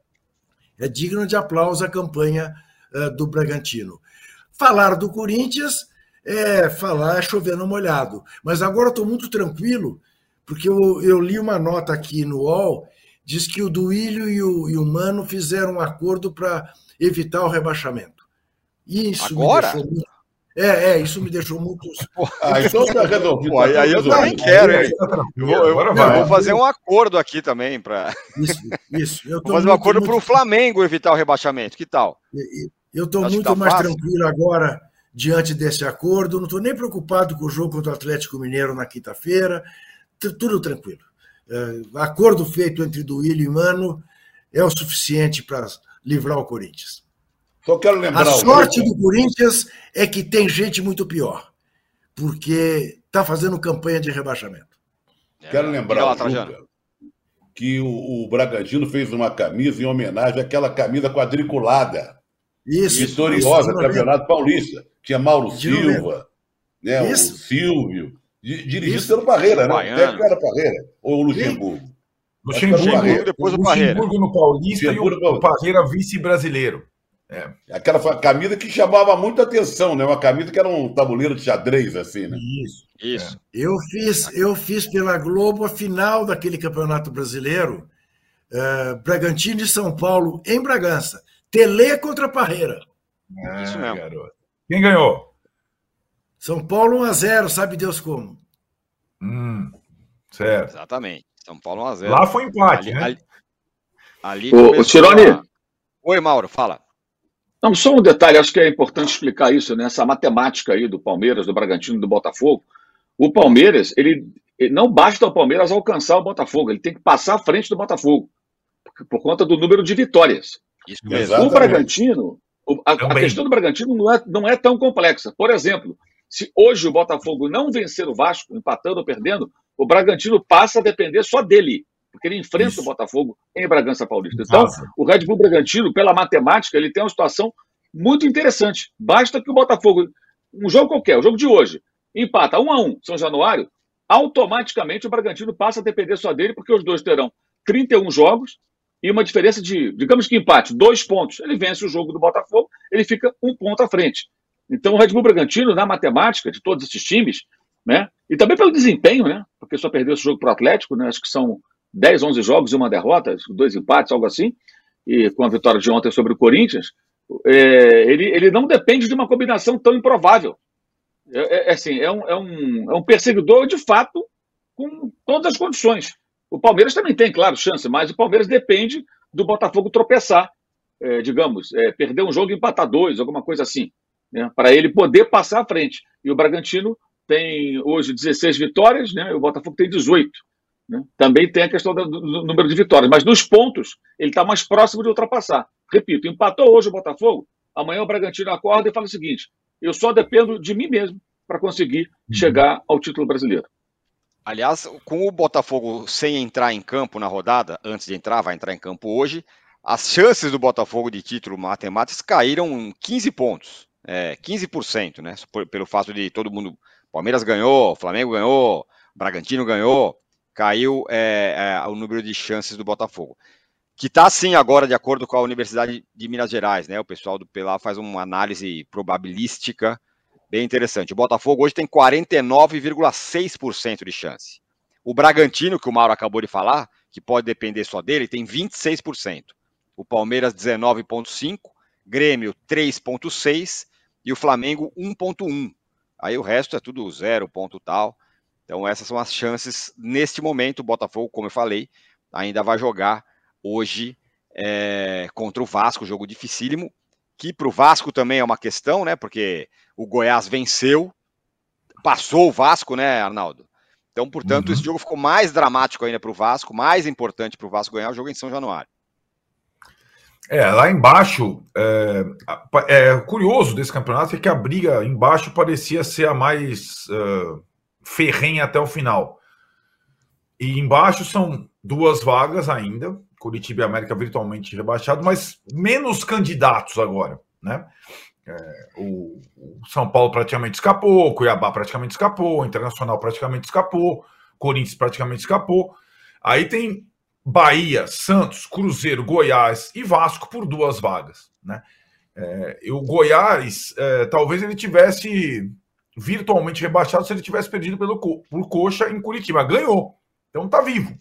É digno de aplauso a campanha uh, do Bragantino. Falar do Corinthians é falar chovendo molhado, mas agora estou muito tranquilo, porque eu, eu li uma nota aqui no U O L, diz que o Duílio e o, e o Mano fizeram um acordo para evitar o rebaixamento. Isso agora? Me deixou muito... É, é, isso me deixou muito... Ah, então tá resolvido. Aí, aí eu também quero, hein? Eu vou, eu, eu vou fazer um acordo aqui também para... Isso, isso. Eu vou fazer um acordo para o Flamengo evitar o rebaixamento, que tal? Eu estou muito tá mais fácil. tranquilo agora diante desse acordo, não estou nem preocupado com o jogo contra o Atlético Mineiro na quinta-feira, tudo tranquilo. É, acordo feito entre Duílio e Mano é o suficiente para livrar o Corinthians. Só quero lembrar. A sorte do Corinthians é que tem gente muito pior, porque está fazendo campanha de rebaixamento. Quero lembrar lá, Juca, que o, o Bragantino fez uma camisa em homenagem àquela camisa quadriculada, isso, vitoriosa do Campeonato Paulista. Tinha Mauro de Silva, né, o Silvio, dirigido isso. pelo Parreira, né? Até que era Parreira, ou o Luxemburgo. Luxemburgo, depois o Parreira. Luxemburgo no Paulista e o Parreira vice-brasileiro. É. Aquela camisa que chamava muita atenção, né? Uma camisa que era um tabuleiro de xadrez, assim, né? Isso. Isso. É. Eu fiz, eu fiz pela Globo a final daquele Campeonato Brasileiro, uh, Bragantino e São Paulo, em Bragança. Telê contra Parreira. Ah, isso mesmo. Garoto. Quem ganhou? São Paulo um a zero, sabe Deus como. Hum, certo. Exatamente. São Paulo um a zero. Lá foi empate, ali, né? Ali, ali o, o Tironi. A... Oi, Mauro, fala. Não, só um detalhe, acho que é importante explicar isso, né? Essa matemática aí do Palmeiras, do Bragantino e do Botafogo. O Palmeiras, ele, ele não basta o Palmeiras alcançar o Botafogo, ele tem que passar à frente do Botafogo, por, por conta do número de vitórias. Isso mesmo. O Bragantino, a, a questão do Bragantino não é, não é tão complexa. Por exemplo, se hoje o Botafogo não vencer o Vasco, empatando ou perdendo, o Bragantino passa a depender só dele, porque ele enfrenta Isso. o Botafogo em Bragança Paulista. Então, Nossa. o Red Bull Bragantino, pela matemática, ele tem uma situação muito interessante. Basta que o Botafogo, um jogo qualquer, o jogo de hoje, empata um a um, São Januário, automaticamente o Bragantino passa a depender só dele, porque os dois terão trinta e um jogos e uma diferença de, digamos que empate, dois pontos. Ele vence o jogo do Botafogo, ele fica um ponto à frente. Então, o Red Bull Bragantino, na matemática de todos esses times, né, e também pelo desempenho, né, porque só perdeu esse jogo para o Atlético, né, acho que são dez, onze jogos e uma derrota, dois empates, algo assim, e com a vitória de ontem sobre o Corinthians, é, ele, ele não depende de uma combinação tão improvável. É, é, assim, é, um, é, um, é um perseguidor, de fato, com todas as condições. O Palmeiras também tem, claro, chance, mas o Palmeiras depende do Botafogo tropeçar, é, digamos, é, perder um jogo e empatar dois, alguma coisa assim, né, para ele poder passar à frente. E o Bragantino tem hoje dezesseis vitórias, né, e o Botafogo tem dezoito. Né? Também tem a questão do, do número de vitórias, mas nos pontos ele está mais próximo de ultrapassar. Repito, empatou hoje o Botafogo, amanhã o Bragantino acorda e fala o seguinte: Eu só dependo de mim mesmo para conseguir uhum. chegar ao título brasileiro. Aliás, com o Botafogo sem entrar em campo na rodada, antes de entrar, vai entrar em campo hoje, as chances do Botafogo de título matemáticas caíram em quinze pontos, é, quinze por cento, né? Por, pelo fato de todo mundo, Palmeiras ganhou, Flamengo ganhou, Bragantino ganhou, caiu é, é, o número de chances do Botafogo. Que está assim agora, de acordo com a Universidade de Minas Gerais, né? O pessoal do P L A faz uma análise probabilística bem interessante. O Botafogo hoje tem quarenta e nove vírgula seis por cento de chance. O Bragantino, que o Mauro acabou de falar, que pode depender só dele, tem vinte e seis por cento. O Palmeiras, dezenove vírgula cinco por cento. Grêmio, três vírgula seis por cento. E o Flamengo, um vírgula um por cento. Aí o resto é tudo zero ponto tal. Então essas são as chances. Neste momento, o Botafogo, como eu falei, ainda vai jogar hoje é, contra o Vasco, jogo dificílimo, que para o Vasco também é uma questão, né? Porque o Goiás venceu, passou o Vasco, né, Arnaldo? Então, portanto, uhum. esse jogo ficou mais dramático ainda para o Vasco, mais importante para o Vasco ganhar o jogo em São Januário. É, lá embaixo, é, é curioso desse campeonato é que a briga embaixo parecia ser a mais uh, ferrenha até o final. E embaixo são duas vagas ainda, Curitiba e América virtualmente rebaixados, mas menos candidatos agora, né? É, o, o São Paulo praticamente escapou, o Cuiabá praticamente escapou, o Internacional praticamente escapou, Corinthians praticamente escapou. Aí tem Bahia, Santos, Cruzeiro, Goiás e Vasco por duas vagas, né? É, e o Goiás, é, talvez ele tivesse virtualmente rebaixado se ele tivesse perdido pelo, por Coxa em Curitiba. Ganhou, então tá vivo.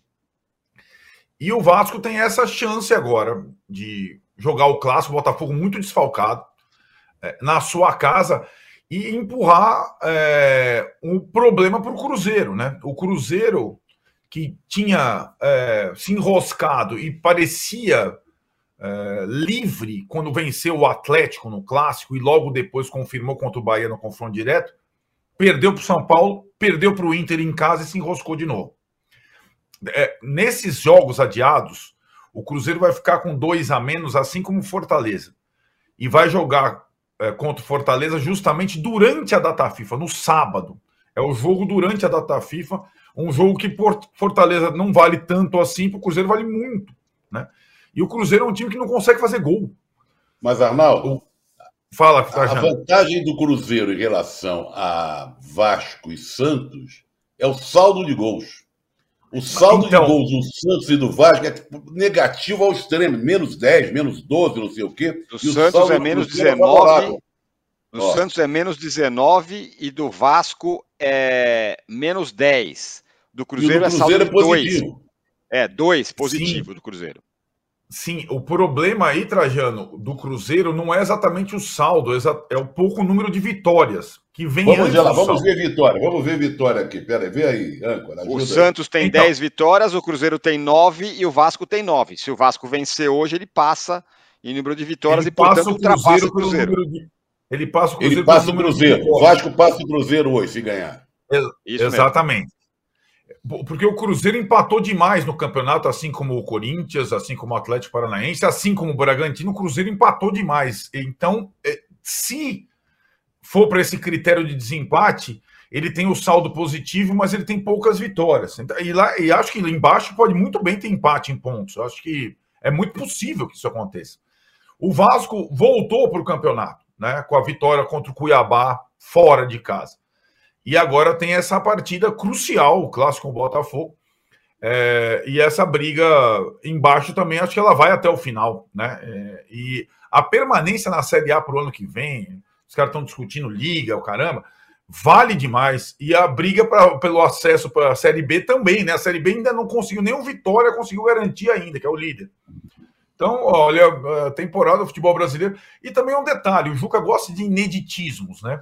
E o Vasco tem essa chance agora de jogar o clássico, o Botafogo muito desfalcado, é, na sua casa, e empurrar é, um problema para o Cruzeiro, né? O Cruzeiro, que tinha é, se enroscado e parecia é, livre quando venceu o Atlético no clássico e logo depois confirmou contra o Bahia no confronto direto, perdeu para o São Paulo, perdeu para o Inter em casa e se enroscou de novo. É, nesses jogos adiados, o Cruzeiro vai ficar com dois a menos, assim como o Fortaleza. E vai jogar é, contra o Fortaleza justamente durante a data FIFA, no sábado. É o jogo durante a data FIFA, um jogo que Fortaleza não vale tanto assim, para o Cruzeiro vale muito, né? E o Cruzeiro é um time que não consegue fazer gol. Mas, Arnaldo, fala, a vantagem do Cruzeiro em relação a Vasco e Santos é o saldo de gols. O saldo então, de gols do Santos e do Vasco é tipo, negativo ao extremo, menos dez, menos doze, não sei o quê. O Santos é menos dezenove. O Ó. Santos é menos dezenove e do Vasco é menos dez. Do Cruzeiro, e do Cruzeiro é saldo é positivo. dois. É, dois positivo Sim. do Cruzeiro. Sim, o problema aí, Trajano, do Cruzeiro não é exatamente o saldo, é o pouco número de vitórias que vem vamos antes ver lá, do Vamos saldo. ver vitória, vamos ver vitória aqui. Pera aí, vê aí, âncora. O Santos tem então, dez vitórias, o Cruzeiro tem nove e o Vasco tem nove. Se o Vasco vencer hoje, ele passa em número de vitórias e, portanto, ultrapassa o Cruzeiro. De... Ele passa o Cruzeiro. Ele passa o Cruzeiro. O Vasco passa o Cruzeiro hoje, se ganhar. Ex exatamente. Mesmo. Porque o Cruzeiro empatou demais no campeonato, assim como o Corinthians, assim como o Atlético Paranaense, assim como o Bragantino, o Cruzeiro empatou demais. Então, se for para esse critério de desempate, ele tem o saldo positivo, mas ele tem poucas vitórias. E, lá, e acho que lá embaixo pode muito bem ter empate em pontos. Eu acho que é muito possível que isso aconteça. O Vasco voltou para o campeonato, né, com a vitória contra o Cuiabá fora de casa. E agora tem essa partida crucial, o clássico com o Botafogo. É, e essa briga embaixo também, acho que ela vai até o final, né? É, e a permanência na Série A para o ano que vem, os caras estão discutindo liga, o caramba, vale demais. E a briga pra, pelo acesso para a Série B também, né? A Série B ainda não conseguiu, nenhum Vitória conseguiu garantir ainda, que é o líder. Então, olha, a temporada do futebol brasileiro. E também um detalhe, o Juca gosta de ineditismos, né?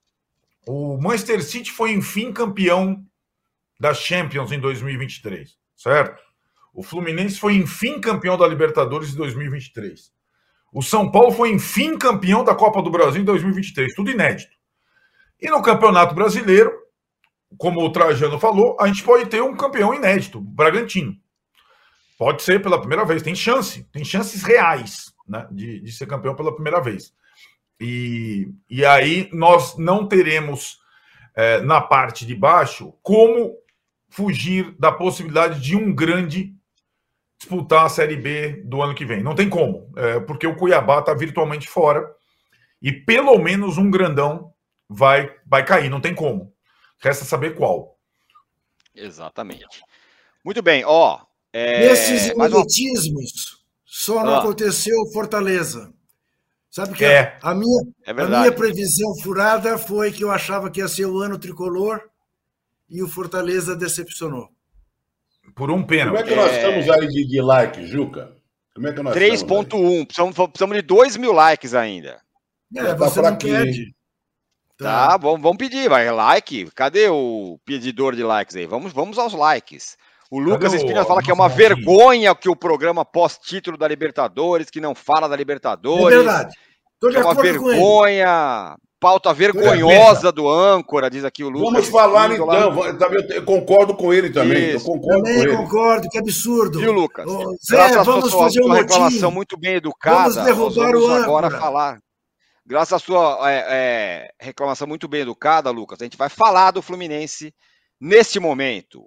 O Manchester City foi, enfim, campeão da Champions em dois mil e vinte e três, certo? O Fluminense foi, enfim, campeão da Libertadores em dois mil e vinte e três. O São Paulo foi, enfim, campeão da Copa do Brasil em dois mil e vinte e três. Tudo inédito. E no Campeonato Brasileiro, como o Trajano falou, a gente pode ter um campeão inédito, o Bragantino. Pode ser pela primeira vez. Tem chance. Tem chances reais, né, de, de ser campeão pela primeira vez. E, e aí nós não teremos, é, na parte de baixo, como fugir da possibilidade de um grande disputar a Série B do ano que vem. Não tem como, é, porque o Cuiabá está virtualmente fora e pelo menos um grandão vai, vai cair, não tem como. Resta saber qual. Exatamente. Muito bem, ó. É... Nesses imediatismos, só não ah. aconteceu Fortaleza. Sabe que é. a, a, minha, é a minha previsão furada foi que eu achava que ia ser o ano tricolor e o Fortaleza decepcionou. Por um pênalti. Como é que nós é... estamos aí de, de like, Juca? Como é que nós três ponto um. Precisamos, precisamos de dois mil likes ainda. É, você não pede. Tá, tá vamos, vamos pedir, vai, like. Cadê o pedidor de likes aí? Vamos, vamos aos likes. O Lucas Espina fala que é uma vergonha que o programa pós-título da Libertadores, que não fala da Libertadores. É verdade. Tô de é uma vergonha. Pauta vergonhosa do âncora, diz aqui o Lucas. Vamos falar então. Eu concordo com ele também. Eu concordo também com ele. concordo, que absurdo. Viu, Lucas? Ô, Zé, vamos sua, fazer uma reclamação muito bem educada. Vamos derrubar vamos o âncora. Agora falar. Graças à sua é, é, reclamação muito bem educada, Lucas, a gente vai falar do Fluminense neste momento.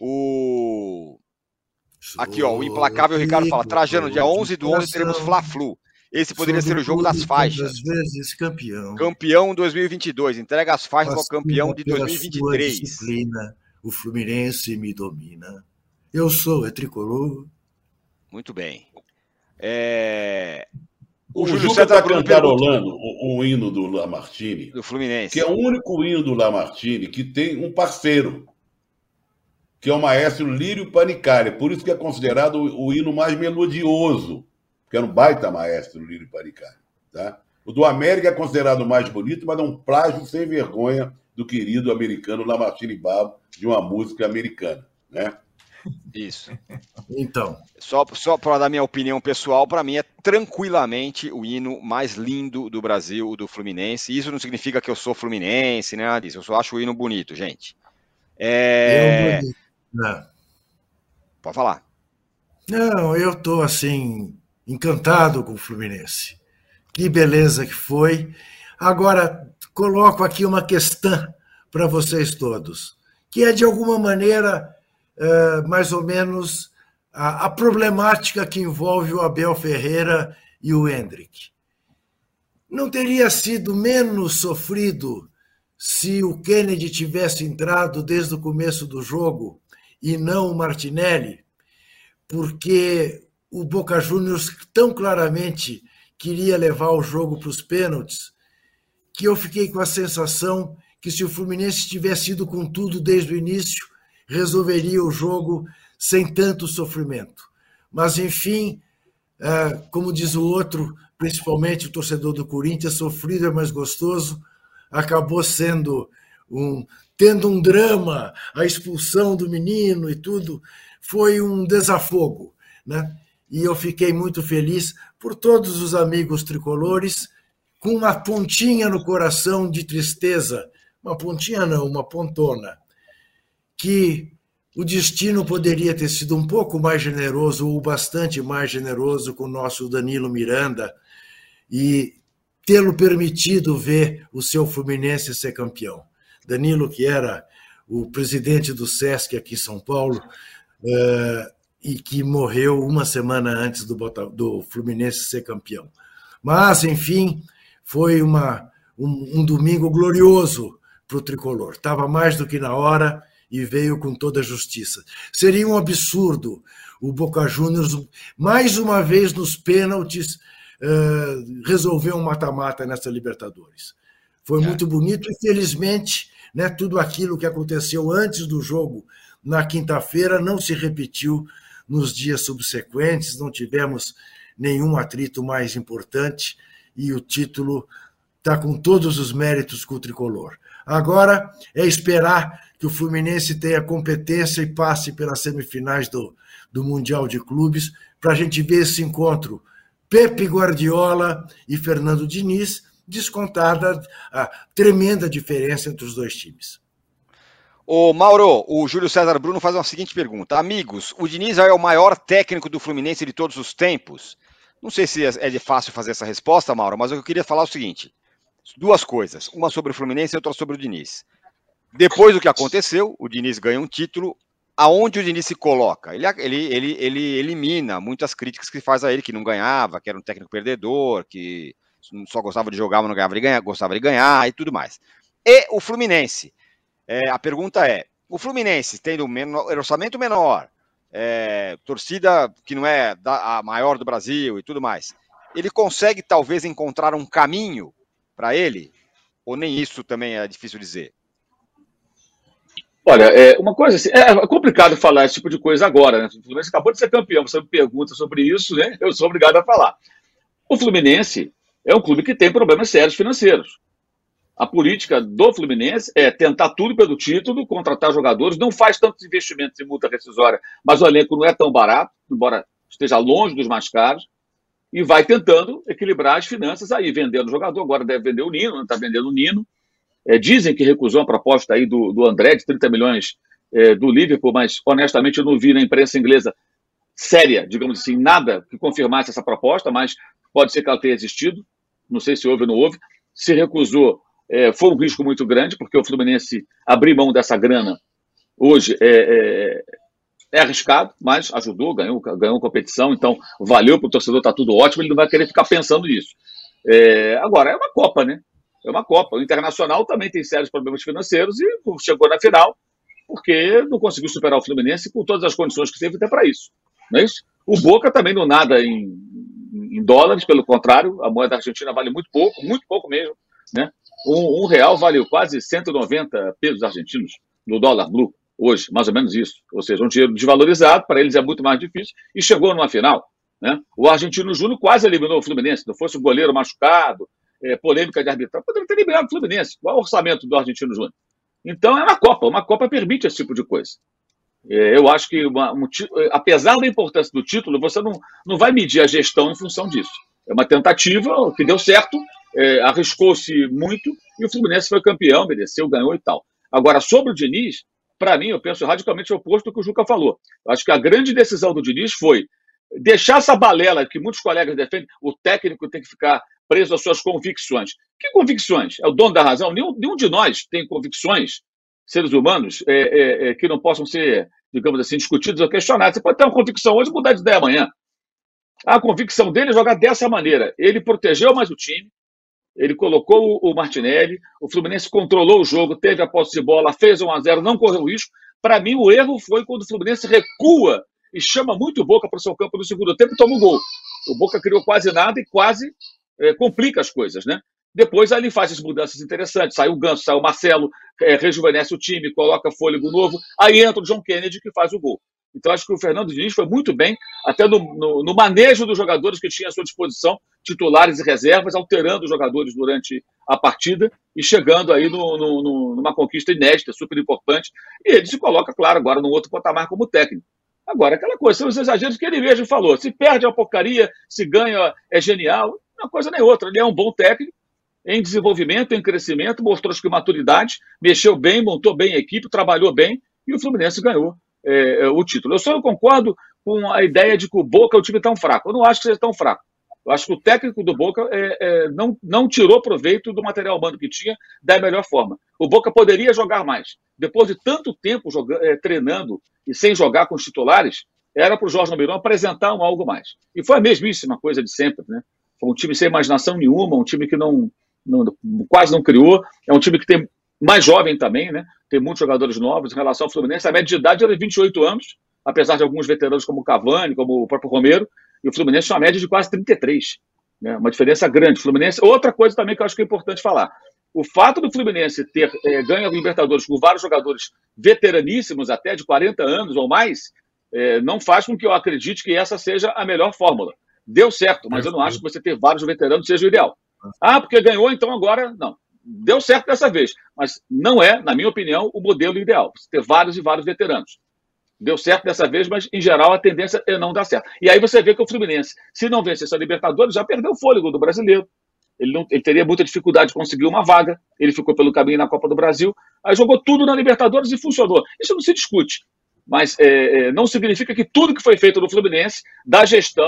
O... Aqui, ó, o implacável Ricardo fala, Trajano, dia onze do onze teremos Fla-Flu. Esse poderia ser o jogo das faixas. Vezes campeão. Campeão dois mil e vinte e dois. Entrega as faixas ao campeão de dois mil e vinte e três. Disciplina, o Fluminense me domina. Eu sou é tricolor. Muito bem. É... O, o Júlio está cantarolando o, o hino do Lamartine. Do Fluminense. Que é o único hino do Lamartine que tem um parceiro, que é o maestro Lírio Panicali. Por isso que é considerado o, o hino mais melodioso, que era um baita maestro Lírio Panicali. Tá? O do América é considerado o mais bonito, mas é um plágio sem vergonha do querido americano Lamartine Babo, de uma música americana. Né? Isso. Então. Só, só para dar minha opinião pessoal, para mim é tranquilamente o hino mais lindo do Brasil, o do Fluminense. Isso não significa que eu sou fluminense, nada disso. Eu só acho o hino bonito, gente. É... Eu... Não. Pode falar. Não, eu tô assim, encantado com o Fluminense. Que beleza que foi. Agora, coloco aqui uma questão para vocês todos, que é de alguma maneira... Uh, mais ou menos a, a problemática que envolve o Abel Ferreira e o Hendrick. Não teria sido menos sofrido se o Kennedy tivesse entrado desde o começo do jogo e não o Martinelli, porque o Boca Juniors tão claramente queria levar o jogo para os pênaltis, que eu fiquei com a sensação que se o Fluminense tivesse ido com tudo desde o início, resolveria o jogo sem tanto sofrimento. Mas, enfim, como diz o outro, principalmente o torcedor do Corinthians, sofrido é mais gostoso, acabou sendo um, tendo um drama, a expulsão do menino e tudo, foi um desafogo, né? E eu fiquei muito feliz por todos os amigos tricolores, com uma pontinha no coração de tristeza, uma pontinha não, uma pontona, que o destino poderia ter sido um pouco mais generoso, ou bastante mais generoso com o nosso Danilo Miranda, e tê-lo permitido ver o seu Fluminense ser campeão. Danilo, que era o presidente do Sesc aqui em São Paulo, uh, e que morreu uma semana antes do, do Fluminense ser campeão. Mas, enfim, foi uma, um, um domingo glorioso para o tricolor. Estava mais do que na hora e veio com toda a justiça. Seria um absurdo o Boca Juniors, mais uma vez nos pênaltis, uh, resolver um mata-mata nessa Libertadores. Foi é. muito bonito e, felizmente, né, tudo aquilo que aconteceu antes do jogo, na quinta-feira, não se repetiu nos dias subsequentes, não tivemos nenhum atrito mais importante e o título está com todos os méritos com o tricolor. Agora é esperar que o Fluminense tenha competência e passe pelas semifinais do, do Mundial de Clubes, para a gente ver esse encontro Pepe Guardiola e Fernando Diniz, descontada a tremenda diferença entre os dois times. Ô Mauro, o Júlio César Bruno faz uma seguinte pergunta. Amigos, o Diniz é o maior técnico do Fluminense de todos os tempos? Não sei se é de fácil fazer essa resposta, Mauro, mas eu queria falar o seguinte, duas coisas, uma sobre o Fluminense e outra sobre o Diniz. Depois do que aconteceu, o Diniz ganha um título, aonde o Diniz se coloca? Ele, ele, ele, ele elimina muitas críticas que faz a ele, que não ganhava, que era um técnico perdedor, que só gostava de jogar, mas não ganhava de ganhar, gostava de ganhar e tudo mais. E o Fluminense, é, a pergunta é, o Fluminense tendo um menor, orçamento menor, é, torcida que não é da, a maior do Brasil e tudo mais, ele consegue talvez encontrar um caminho para ele? Ou nem isso também é difícil dizer? Olha, é uma coisa assim, é complicado falar esse tipo de coisa agora, né? O Fluminense acabou de ser campeão, você me pergunta sobre isso, né? Eu sou obrigado a falar. O Fluminense é um clube que tem problemas sérios financeiros. A política do Fluminense é tentar tudo pelo título, contratar jogadores, não faz tantos investimentos em multa rescisória, mas o elenco não é tão barato, embora esteja longe dos mais caros, e vai tentando equilibrar as finanças aí, vendendo o jogador, agora deve vender o Nino, está vendendo o Nino. É, dizem que recusou a proposta aí do, do André de trinta milhões é, do Liverpool, mas honestamente eu não vi na imprensa inglesa séria, digamos assim, nada que confirmasse essa proposta, mas pode ser que ela tenha existido, não sei se houve ou não houve. Se recusou, é, foi um risco muito grande, porque o Fluminense abrir mão dessa grana hoje é, é, é arriscado, mas ajudou, ganhou, ganhou competição, então valeu para o torcedor, está tudo ótimo, ele não vai querer ficar pensando nisso. É, agora, é uma Copa, né? É uma Copa. O Internacional também tem sérios problemas financeiros e chegou na final porque não conseguiu superar o Fluminense com todas as condições que teve até para isso. Não é isso? O Boca também não nada em, em dólares, pelo contrário, a moeda argentina vale muito pouco, muito pouco mesmo. Né? Um, um real vale quase cento e noventa pesos argentinos no dólar blue, hoje, mais ou menos isso. Ou seja, um dinheiro desvalorizado, para eles é muito mais difícil, e chegou numa final. Né? O Argentino Júnior quase eliminou o Fluminense, não fosse o goleiro machucado, É, polêmica de arbitragem, poderia ter liberado o Fluminense. Qual é o orçamento do Argentino Júnior? Então é uma Copa, uma Copa permite esse tipo de coisa. É, eu acho que, uma, um, apesar da importância do título, você não, não vai medir a gestão em função disso. É uma tentativa que deu certo, é, arriscou-se muito, e o Fluminense foi campeão, mereceu, ganhou e tal. Agora, sobre o Diniz, para mim, eu penso radicalmente o oposto do que o Juca falou. Eu acho que a grande decisão do Diniz foi deixar essa balela que muitos colegas defendem, o técnico tem que ficar preso às suas convicções. Que convicções? É o dono da razão? Nenhum, nenhum de nós tem convicções, seres humanos, é, é, é, que não possam ser, digamos assim, discutidas ou questionadas. Você pode ter uma convicção hoje e mudar de ideia amanhã. A convicção dele é jogar dessa maneira. Ele protegeu mais o time, ele colocou o Martinelli, o Fluminense controlou o jogo, teve a posse de bola, fez um a zero, não correu risco. Para mim, o erro foi quando o Fluminense recua e chama muito o Boca para o seu campo no segundo tempo e toma o gol. O Boca criou quase nada e quase é, complica as coisas, né? Depois ali faz as mudanças interessantes, sai o Ganso, sai o Marcelo, é, rejuvenesce o time, coloca fôlego novo, aí entra o John Kennedy que faz o gol. Então acho que o Fernando Diniz foi muito bem, até no, no, no manejo dos jogadores que tinha à sua disposição, titulares e reservas, alterando os jogadores durante a partida e chegando aí no, no, no, numa conquista inédita, super importante, e ele se coloca, claro, agora num outro patamar como técnico. Agora, aquela coisa, são os exageros que ele mesmo falou. Se perde é uma porcaria, se ganha é genial. Uma coisa nem outra. Ele é um bom técnico, em desenvolvimento, em crescimento, mostrou que maturidade, mexeu bem, montou bem a equipe, trabalhou bem, e o Fluminense ganhou é, o título. Eu só não concordo com a ideia de que o Boca é um time tão fraco. Eu não acho que seja tão fraco. Eu acho que o técnico do Boca é, é, não, não tirou proveito do material humano que tinha da melhor forma. O Boca poderia jogar mais. Depois de tanto tempo jogando, é, treinando e sem jogar com os titulares, era para o Jorge Almirão apresentar um algo mais. E foi a mesmíssima coisa de sempre. Né? Foi um time sem imaginação nenhuma, um time que não, não, quase não criou. É um time que tem mais jovem também, né? Tem muitos jogadores novos. Em relação ao Fluminense, a média de idade era de vinte e oito anos, apesar de alguns veteranos como o Cavani, como o próprio Romero. E o Fluminense tinha uma média de quase trinta e três. Né? Uma diferença grande. Fluminense. Outra coisa também que eu acho que é importante falar. O fato do Fluminense ter é, ganho a Libertadores com vários jogadores veteraníssimos, até de quarenta anos ou mais, é, não faz com que eu acredite que essa seja a melhor fórmula. Deu certo, mas eu não acho que você ter vários veteranos seja o ideal. Ah, porque ganhou, então agora... Não. Deu certo dessa vez, mas não é, na minha opinião, o modelo ideal. Você ter vários e vários veteranos. Deu certo dessa vez, mas, em geral, a tendência é não dar certo. E aí você vê que o Fluminense, se não vencesse a Libertadores, já perdeu o fôlego do brasileiro. Ele, não, ele teria muita dificuldade de conseguir uma vaga. Ele ficou pelo caminho na Copa do Brasil. Aí jogou tudo na Libertadores e funcionou. Isso não se discute. Mas é, não significa que tudo que foi feito no Fluminense, da gestão,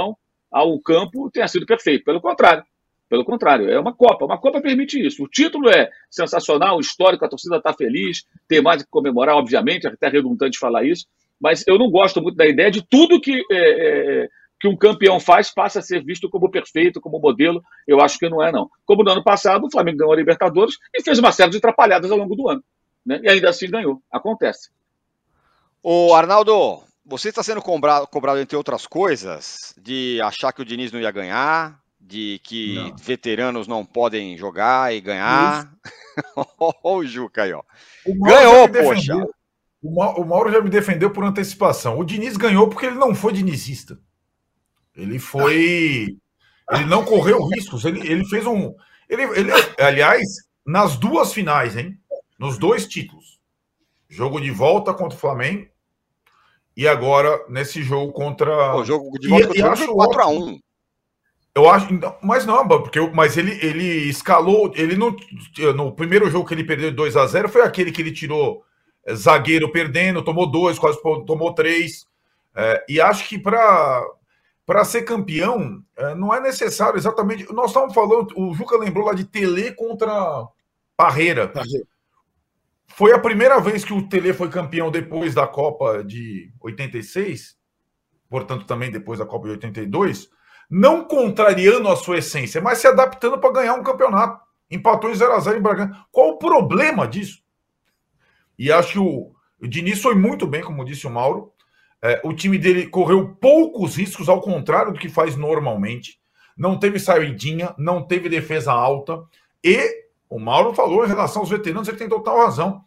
ao campo tenha sido perfeito. Pelo contrário. Pelo contrário, é uma Copa. Uma Copa permite isso. O título é sensacional, histórico, a torcida está feliz, tem mais que comemorar, obviamente, é até redundante falar isso, mas eu não gosto muito da ideia de tudo que, é, é, que um campeão faz passa a ser visto como perfeito, como modelo. Eu acho que não é, não. Como no ano passado, o Flamengo ganhou a Libertadores e fez uma série de atrapalhadas ao longo do ano. Né? E ainda assim ganhou. Acontece. Ô, Arnaldo, você está sendo cobrado, cobrado, entre outras coisas, de achar que o Diniz não ia ganhar, de que não. veteranos não podem jogar e ganhar. Olha o Juca aí, ó. Ganhou, poxa. O Mauro já me defendeu por antecipação. O Diniz ganhou porque ele não foi dinizista. Ele foi... Ele não correu riscos. Ele, ele fez um... Ele, ele, aliás, nas duas finais, hein? Nos dois títulos. Jogo de volta contra o Flamengo e agora nesse jogo contra... O jogo de volta contra o Flamengo foi quatro a um. Eu acho, mas não, porque mas ele, ele escalou, ele não, no primeiro jogo que ele perdeu dois a zero foi aquele que ele tirou zagueiro perdendo, tomou dois, quase tomou três, é, e acho que para para ser campeão é, não é necessário exatamente, nós estávamos falando, o Juca lembrou lá de Tele contra Parreira. Parreira. Foi a primeira vez que o Tele foi campeão depois da Copa de oitenta e seis, portanto também depois da Copa de oitenta e dois, não contrariando a sua essência, mas se adaptando para ganhar um campeonato. Empatou em zero a zero em Bragança. Qual o problema disso? E acho que o, o Diniz foi muito bem, como disse o Mauro. É, o time dele correu poucos riscos, ao contrário do que faz normalmente. Não teve saidinha, não teve defesa alta. E o Mauro falou em relação aos veteranos, ele tem total razão.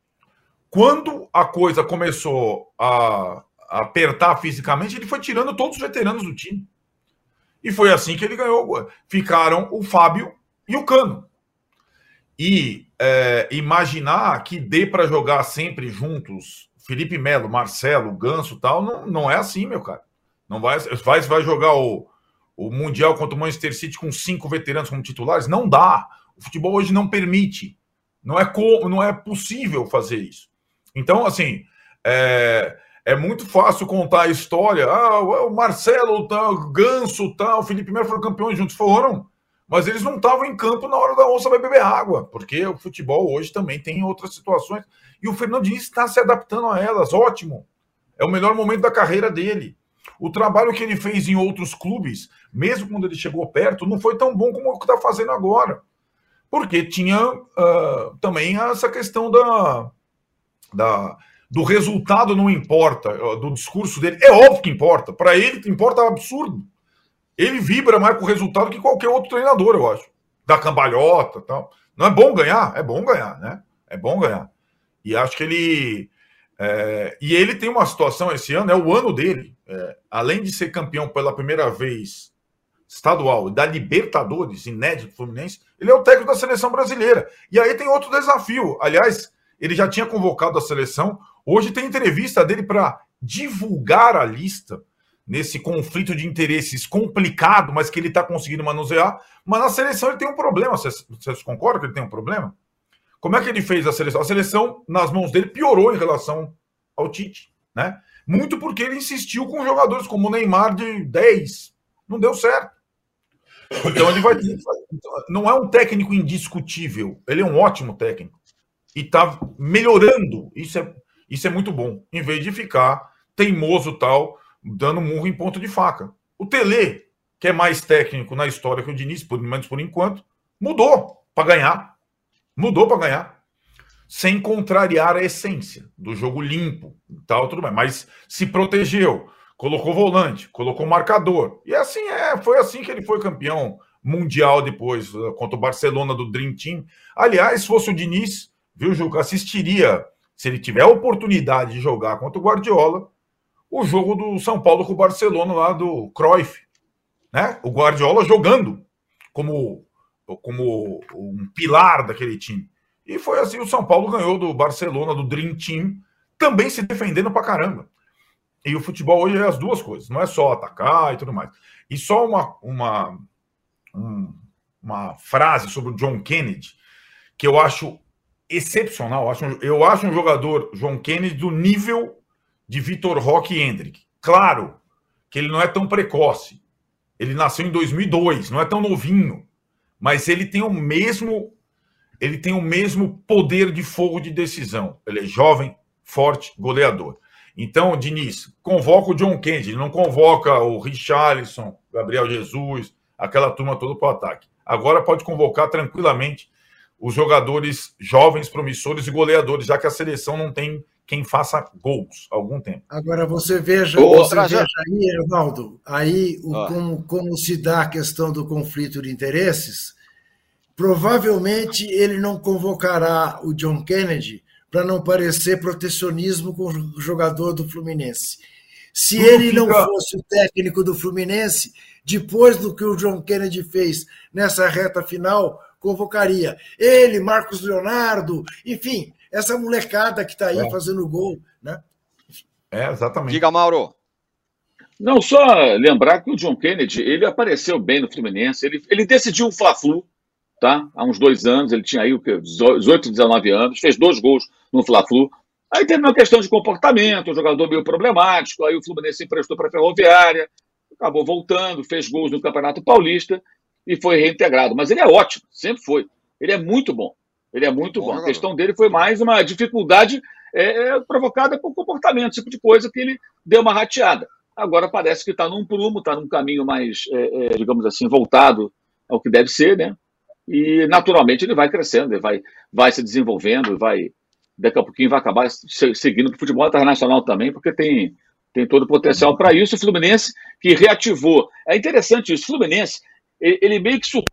Quando a coisa começou a, a apertar fisicamente, ele foi tirando todos os veteranos do time. E foi assim que ele ganhou. Ficaram o Fábio e o Cano. E é, imaginar que dê para jogar sempre juntos Felipe Melo, Marcelo, Ganso e tal, não, não é assim, meu cara. Não vai, vai, vai jogar o, o Mundial contra o Manchester City com cinco veteranos como titulares? Não dá. O futebol hoje não permite. Não é, como, não é possível fazer isso. Então, assim... É, É muito fácil contar a história. Ah, o Marcelo, tá, o Ganso, tá, o Felipe Melo foram campeões juntos. Foram. Mas eles não estavam em campo na hora da onça vai beber água. Porque o futebol hoje também tem outras situações. E o Fernando Diniz está se adaptando a elas. Ótimo. É o melhor momento da carreira dele. O trabalho que ele fez em outros clubes, mesmo quando ele chegou perto, não foi tão bom como o que está fazendo agora. Porque tinha uh, também essa questão da... da do resultado não importa, do discurso dele. É óbvio que importa. Para ele, importa um absurdo. Ele vibra mais com o resultado que qualquer outro treinador, eu acho. Da cambalhota e tal. Não é bom ganhar? É bom ganhar, né? É bom ganhar. E acho que ele... É, e ele tem uma situação esse ano, é o ano dele. É, além de ser campeão pela primeira vez estadual da Libertadores, inédito Fluminense, ele é o técnico da seleção brasileira. E aí tem outro desafio. Aliás, ele já tinha convocado a seleção. Hoje tem entrevista dele para divulgar a lista nesse conflito de interesses complicado, mas que ele está conseguindo manusear. Mas na seleção ele tem um problema. Vocês, vocês concordam que ele tem um problema? Como é que ele fez a seleção? A seleção, nas mãos dele, piorou em relação ao Tite, né? Muito porque ele insistiu com jogadores como o Neymar de dez. Não deu certo. Então ele vai ter... Não é um técnico indiscutível. Ele é um ótimo técnico. E está melhorando. Isso é... Isso é muito bom, em vez de ficar teimoso tal, dando murro em ponta de faca. O Tele, que é mais técnico na história que o Diniz, pelo menos por enquanto, mudou para ganhar. Mudou para ganhar. Sem contrariar a essência do jogo limpo e tal, tudo bem. Mas se protegeu, colocou volante, colocou marcador. E assim é, foi assim que ele foi campeão mundial depois, contra o Barcelona do Dream Team. Aliás, se fosse o Diniz, viu, Juca, assistiria... Se ele tiver a oportunidade de jogar contra o Guardiola, o jogo do São Paulo com o Barcelona lá do Cruyff, né? O Guardiola jogando como, como um pilar daquele time. E foi assim, o São Paulo ganhou do Barcelona, do Dream Team, também se defendendo pra caramba. E o futebol hoje é as duas coisas, não é só atacar e tudo mais. E só uma, uma, um, uma frase sobre o John Kennedy, que eu acho excepcional. Eu acho, eu acho um jogador, John Kennedy, do nível de Vitor Roque e Hendrick. Claro que ele não é tão precoce, Ele nasceu em dois mil e dois, não é tão novinho, mas ele tem o mesmo, ele tem o mesmo poder de fogo de decisão. Ele é jovem, forte, goleador. Então, Diniz, convoca o John Kennedy, não convoca o Richarlison, Gabriel Jesus, aquela turma toda para o ataque. Agora pode convocar tranquilamente os jogadores jovens, promissores e goleadores, já que a seleção não tem quem faça gols há algum tempo. Agora você veja, Outra você já... veja aí, Arnaldo, aí o, ah. como, como se dá a questão do conflito de interesses. Provavelmente ele não convocará o John Kennedy para não parecer protecionismo com o jogador do Fluminense. Se Tudo ele fica... não fosse o técnico do Fluminense, depois do que o John Kennedy fez nessa reta final, convocaria ele, Marcos Leonardo, enfim, essa molecada que está aí é. fazendo gol, né? É, exatamente. Diga, Mauro. Não, só lembrar que o John Kennedy, ele apareceu bem no Fluminense, ele, ele decidiu o Fla-Flu, tá? Há uns dois anos, ele tinha aí o quê? dezoito, dezenove anos, fez dois gols no Fla-Flu. Aí teve uma questão de comportamento, um jogador meio problemático, aí o Fluminense emprestou para a Ferroviária, acabou voltando, fez gols no Campeonato Paulista e foi reintegrado. Mas ele é ótimo, sempre foi. Ele é muito bom. Ele é muito bom. bom. A questão dele foi mais uma dificuldade é, é, provocada por comportamento, tipo de coisa que ele deu uma rateada. Agora parece que está num prumo, está num caminho mais, é, é, digamos assim, voltado ao que deve ser, né? E naturalmente ele vai crescendo, ele vai, vai se desenvolvendo, vai, daqui a pouquinho vai acabar seguindo o futebol internacional também, porque tem, tem todo o potencial para isso. O Fluminense que reativou. É interessante isso, o Fluminense, ele, ele meio que surgiu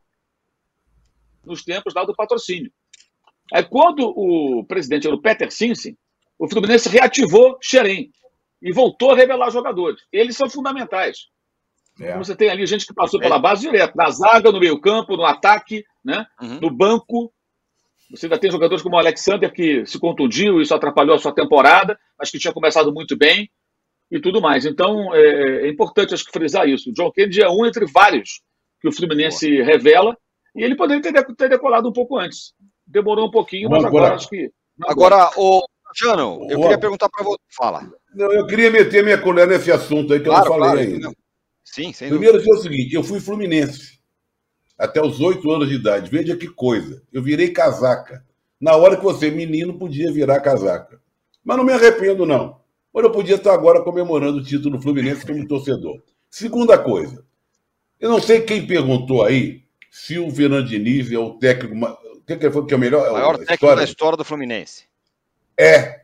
nos tempos lá do patrocínio. Aí quando o presidente era o Peter Sinsen, o Fluminense reativou Xerém e voltou a revelar jogadores. Eles são fundamentais. É. Você tem ali gente que passou pela base direto, na zaga, no meio campo, no ataque, né? Uhum. No banco. Você ainda tem jogadores como o Alexander, que se contundiu, isso atrapalhou a sua temporada, mas que tinha começado muito bem e tudo mais. Então, é, é importante, acho que, frisar isso. O John Kennedy é um entre vários que o Fluminense Boa. revela, e ele poderia ter, ter decolado um pouco antes. Demorou um pouquinho, mas agora, agora acho que... Agora, o Jano, eu queria perguntar para você. Fala. Não, eu queria meter minha colher nesse assunto aí que claro, eu não falei claro, ainda. Não. Sim, sem Primeiro é o seguinte, eu fui Fluminense até os oito anos de idade. Veja que coisa. Eu virei casaca. Na hora que você, menino, podia virar casaca. Mas não me arrependo, não. Olha, eu podia estar agora comemorando o título do Fluminense como torcedor. Segunda coisa. Eu não sei quem perguntou aí se o Fernando Diniz é o técnico... O que ele falou que é o melhor? O maior técnico história? da história do Fluminense. É.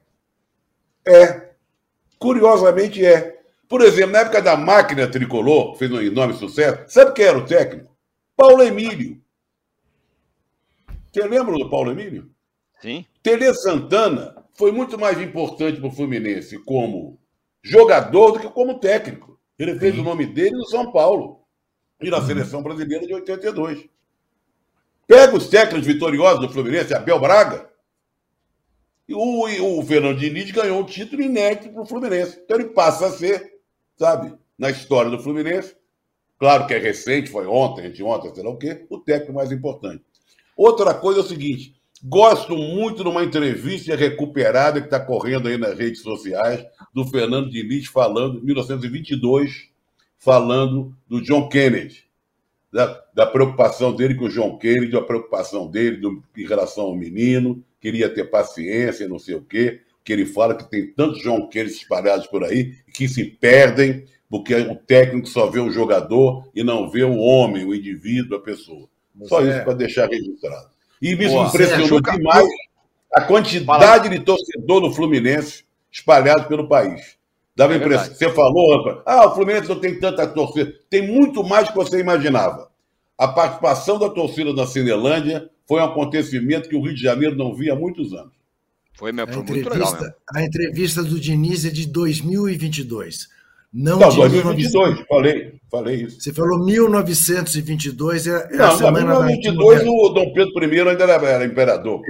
É. Curiosamente é. Por exemplo, na época da máquina tricolor, fez um enorme sucesso, sabe quem era o técnico? Paulo Emílio. Você lembra do Paulo Emílio? Sim. Tele Santana foi muito mais importante para o Fluminense como jogador do que como técnico. Ele fez Sim. o nome dele no São Paulo e na uhum. Seleção Brasileira de oitenta e dois. Pega os técnicos vitoriosos do Fluminense, Abel Braga, e o, e o Fernando Diniz ganhou um título inédito para o Fluminense. Então ele passa a ser, sabe, na história do Fluminense, claro que é recente, foi ontem, anteontem, sei lá o quê, o técnico mais importante. Outra coisa é o seguinte, gosto muito de uma entrevista recuperada que está correndo aí nas redes sociais, do Fernando Diniz falando, em mil novecentos e vinte e dois, falando do John Kennedy, da, da preocupação dele com o John Kennedy, a preocupação dele do, em relação ao menino, queria ter paciência, não sei o quê, que ele fala que tem tantos John Kennedy espalhados por aí que se perdem porque o técnico só vê o jogador e não vê o homem, o indivíduo, a pessoa. Só é. isso para deixar registrado. E me Boa, impressionou é, demais a quantidade Fala. de torcedor do Fluminense espalhado pelo país. Dava é impressão. Você falou, Rafa, ah, o Fluminense não tem tanta torcida. Tem muito mais do que você imaginava. A participação da torcida na Cinelândia foi um acontecimento que o Rio de Janeiro não via há muitos anos. Foi, meu, foi muito legal mesmo. A entrevista do Diniz é de dois mil e vinte e dois. Não, não de dois mil e vinte e dois, falei, falei isso. Você falou mil novecentos e vinte e dois, é, é não, a semana mil novecentos e vinte e dois o Dom Pedro primeiro ainda era, era imperador.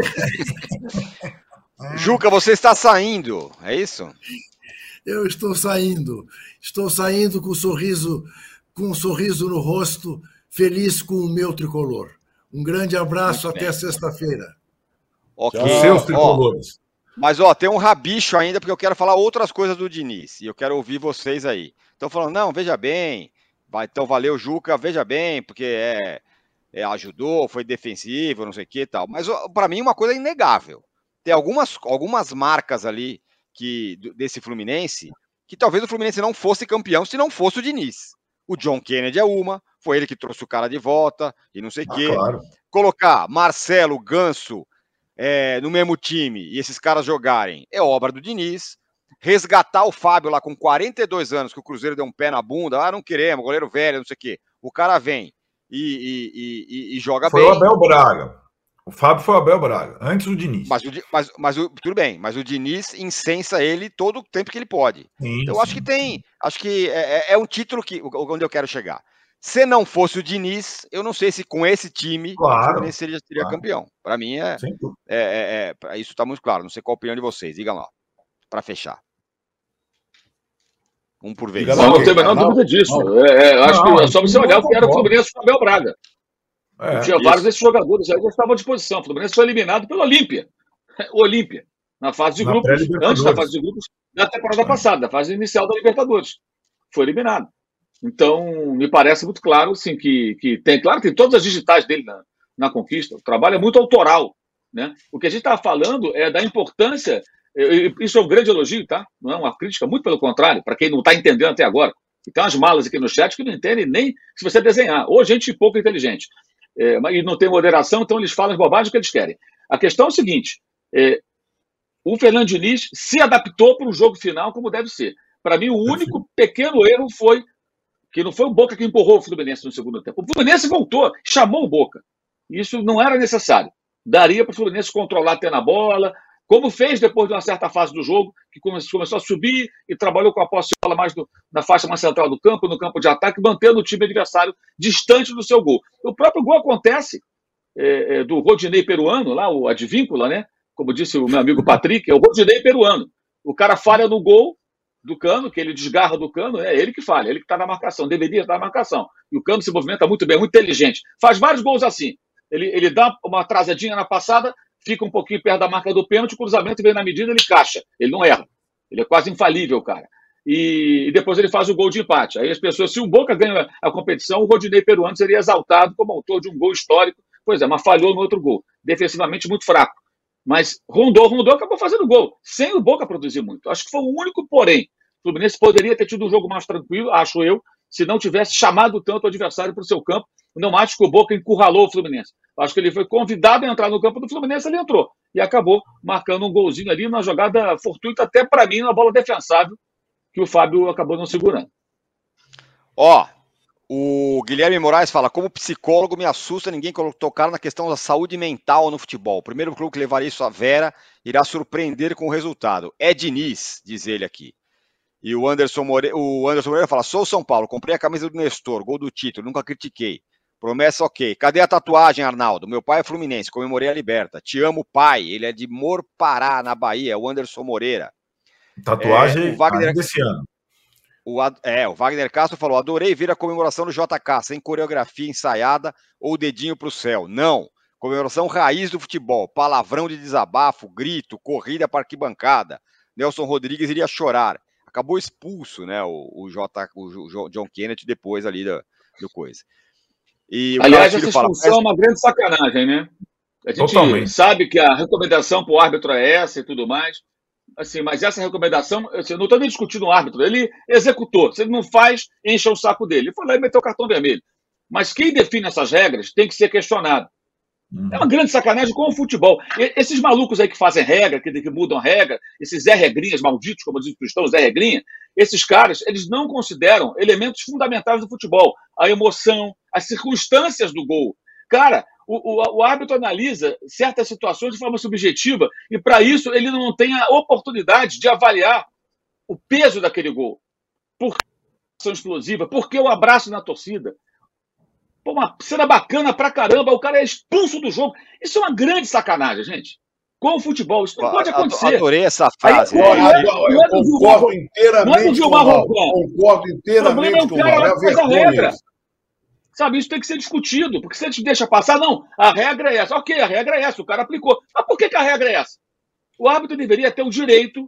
Juca, você está saindo, é isso? Eu estou saindo. Estou saindo com um sorriso, com um sorriso no rosto, feliz com o meu tricolor. Um grande abraço Muito até bem. sexta-feira. Ok. Os seus tricolores. Ó, mas, ó, tem um rabicho ainda, porque eu quero falar outras coisas do Diniz. E eu quero ouvir vocês aí. Estão falando, não, veja bem, vai, então valeu, Juca, veja bem, porque é, é, ajudou, foi defensivo, não sei o que e tal. Mas para mim uma coisa é inegável. Tem algumas, algumas marcas ali que, desse Fluminense que talvez o Fluminense não fosse campeão se não fosse o Diniz. O John Kennedy é uma, foi ele que trouxe o cara de volta e não sei o ah, quê. Claro. Colocar Marcelo, Ganso é, no mesmo time e esses caras jogarem é obra do Diniz. Resgatar o Fábio lá com quarenta e dois anos, que o Cruzeiro deu um pé na bunda, ah, não queremos, goleiro velho, não sei o quê. O cara vem e, e, e, e joga foi bem. Foi o Abel Braga. O Fábio foi o Abel Braga, antes do Diniz. Mas, o, mas, mas o, tudo bem, mas o Diniz incensa ele todo o tempo que ele pode. Sim, então, eu acho que tem, acho que é, é um título que, onde eu quero chegar. Se não fosse o Diniz, eu não sei se com esse time claro, o Fluminense seria, seria claro. campeão. Para mim, é, é, é, é, isso está muito claro. Não sei qual a opinião de vocês. Digam lá, para fechar. Um por vez. Não, não, não tem a menor dúvida disso. É, é, acho não, que é só você olhar o que era o Fluminense com o Abel Braga. É, tinha isso. vários desses jogadores aí que estavam à disposição. O Fluminense foi eliminado pelo Olímpia. O Olímpia. Na fase de na grupos, antes da fase de grupos da temporada é. passada, da fase inicial da Libertadores. Foi eliminado. Então, me parece muito claro, sim, que, que tem, claro, tem todas as digitais dele na, na conquista. O trabalho é muito autoral, né? O que a gente está falando é da importância. Isso é um grande elogio, tá? Não é uma crítica, muito pelo contrário, para quem não está entendendo até agora. E tem umas malas aqui no chat que não entendem nem se você desenhar. Ou gente pouco inteligente. É, e não tem moderação, então eles falam as bobagens que eles querem. A questão é o seguinte, é, o Fernando Diniz se adaptou para o jogo final como deve ser. Para mim, o único pequeno erro foi que não foi o Boca que empurrou o Fluminense no segundo tempo. O Fluminense voltou, chamou o Boca. Isso não era necessário. Daria para o Fluminense controlar até na bola, como fez depois de uma certa fase do jogo, que começou a subir e trabalhou com a posse de bola mais do, na faixa mais central do campo, no campo de ataque, mantendo o time adversário distante do seu gol. O próprio gol acontece é, é, do Rodinei peruano, lá, o Advíncula, né? Como disse o meu amigo Patrick, é o Rodinei peruano. O cara falha no gol do Cano, que ele desgarra do Cano, é ele que falha, ele que está na marcação, deveria estar na marcação. E o Cano se movimenta muito bem, muito inteligente. Faz vários gols assim. Ele, ele dá uma atrasadinha na passada, fica um pouquinho perto da marca do pênalti, o cruzamento vem na medida, ele caixa. Ele não erra. Ele é quase infalível, cara. E, e depois ele faz o gol de empate. Aí as pessoas, se o Boca ganha a competição, o Rodinei peruano seria exaltado como autor de um gol histórico. Pois é, mas falhou no outro gol. Defensivamente muito fraco. Mas rondou, rondou, acabou fazendo gol. Sem o Boca produzir muito. Acho que foi o único porém. O Fluminense poderia ter tido um jogo mais tranquilo, acho eu, se não tivesse chamado tanto o adversário para o seu campo. Não acho que o Boca encurralou o Fluminense. Acho que ele foi convidado a entrar no campo do Fluminense, ele entrou. E acabou marcando um golzinho ali, uma jogada fortuita, até para mim, uma bola defensável, que o Fábio acabou não segurando. Ó, o Guilherme Moraes fala, como psicólogo me assusta ninguém tocar na questão da saúde mental no futebol. O primeiro clube que levar isso à vera irá surpreender com o resultado. É Diniz, diz ele aqui. E o Anderson Moreira, o Anderson Moreira fala, sou São Paulo, comprei a camisa do Nestor, gol do título, nunca critiquei. Promessa ok. Cadê a tatuagem, Arnaldo? Meu pai é fluminense, comemorei a liberta. Te amo, pai. Ele é de Morpará, na Bahia, o Anderson Moreira. Tatuagem é, o Wagner, desse ano. O, é, o Wagner Castro falou, adorei ver a comemoração do J K, sem coreografia ensaiada ou dedinho pro céu. Não. Comemoração raiz do futebol. Palavrão de desabafo, grito, corrida para arquibancada. Nelson Rodrigues iria chorar. Acabou expulso, né, o, o, J, o John Kennedy depois ali do, do coisa. E aliás, essa expulsão fala, é uma grande sacanagem, né? A gente Totalmente. sabe que a recomendação para o árbitro é essa e tudo mais, assim, mas essa recomendação, assim, eu não estou nem discutindo o árbitro, ele executou. Se ele não faz, enche o saco dele. Ele foi lá e meteu o cartão vermelho. Mas quem define essas regras tem que ser questionado. Uhum. É uma grande sacanagem com o futebol. E, esses malucos aí que fazem regra, que, que mudam regra, esses Zé Regrinhas malditos, como dizem os cristãos, Zé Regrinha, esses caras, eles não consideram elementos fundamentais do futebol. A emoção, as circunstâncias do gol. Cara, o, o, o árbitro analisa certas situações de forma subjetiva e, para isso, ele não tem a oportunidade de avaliar o peso daquele gol. Por que a ação explosiva? Por que o abraço na torcida? Pô, uma cena bacana pra caramba, o cara é expulso do jogo. Isso é uma grande sacanagem, gente. Com o futebol, isso não pode acontecer. Adorei essa frase. Aí, não é, não é, eu concordo inteiramente com o Val. Concordo inteiramente com o Val. É a vergonha. Sabe, isso tem que ser discutido, porque se a gente deixa passar, não, a regra é essa. Ok, a regra é essa, o cara aplicou. Mas por que, que a regra é essa? O árbitro deveria ter o direito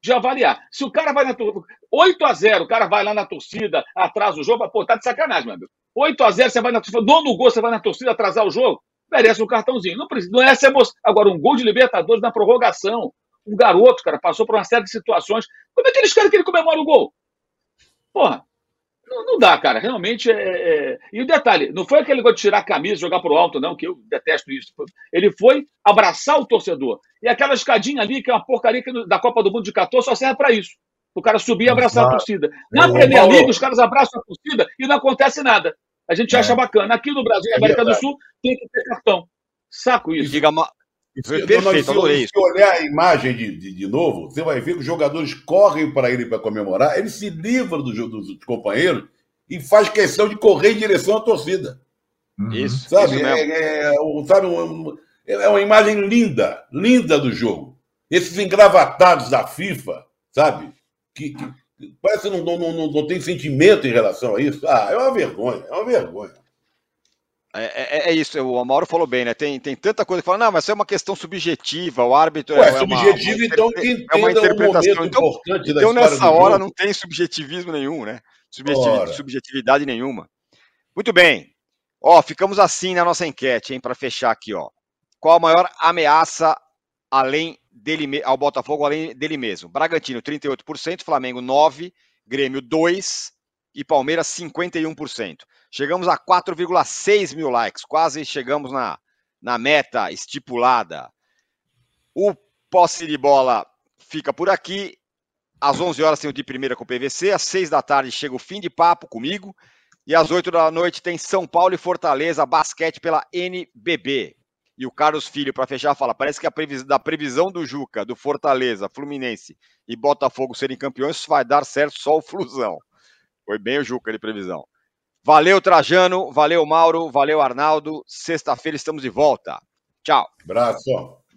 de avaliar. Se o cara vai na torcida, oito a zero, o cara vai lá na torcida, atrasa o jogo, pô, tá de sacanagem, meu amigo. oito a zero, você vai na torcida, nono gol, você vai na torcida atrasar o jogo, merece um cartãozinho. Não precisa, não é essa emoção. Agora, um gol de Libertadores na prorrogação, um garoto, cara, passou por uma série de situações. Como é que eles querem que ele comemore o gol? Porra, não, não dá, cara. Realmente é, é... E o detalhe, não foi aquele negócio de tirar a camisa e jogar pro alto, não, que eu detesto isso. Ele foi abraçar o torcedor. E aquela escadinha ali, que é uma porcaria que da Copa do Mundo de quatorze, só serve para isso. O cara subir e abraçar Exato. a torcida. Na Premier League, os caras abraçam a torcida e não acontece nada. A gente é. acha bacana. Aqui no Brasil, na é América verdade. do Sul, tem que ter cartão. Saco isso. Diga ma... Se, Perfeito, adorei. Se olhar a imagem de, de, de novo, você vai ver que os jogadores correm para ele para comemorar, ele se livra do, dos companheiros e faz questão de correr em direção à torcida. Isso, sabe? isso é, é, é, sabe uma, é uma imagem linda, linda do jogo. Esses engravatados da FIFA, sabe? Que, que parece que não, não, não, não tem sentimento em relação a isso. Ah, é uma vergonha, é uma vergonha. É, é, é isso, o Mauro falou bem, né? Tem, tem tanta coisa que fala, não, mas isso é uma questão subjetiva, o árbitro Ué, é, é subjetivo, uma, então que entenda é uma interpretação. Um então, importante da então nessa hora jogo. não tem subjetivismo nenhum, né? Subjetiv, subjetividade nenhuma. Muito bem. Ó, ficamos assim na nossa enquete, hein? Para fechar aqui, ó. Qual a maior ameaça além dele ao Botafogo, além dele mesmo? Bragantino, trinta e oito por cento, Flamengo, nove por cento, Grêmio, dois por cento e Palmeiras, cinquenta e um por cento. Chegamos a quatro vírgula seis mil likes, quase chegamos na, na meta estipulada. O posse de bola fica por aqui. Às onze horas tem o de primeira com o P V C, às seis da tarde chega o fim de papo comigo e às oito da noite tem São Paulo e Fortaleza, basquete pela N B B. E o Carlos Filho, para fechar, fala, parece que a previsão, da previsão do Juca, do Fortaleza, Fluminense e Botafogo serem campeões, isso vai dar certo só o Flusão. Foi bem o Juca de previsão. Valeu, Trajano. Valeu, Mauro. Valeu, Arnaldo. Sexta-feira estamos de volta. Tchau. Abraço.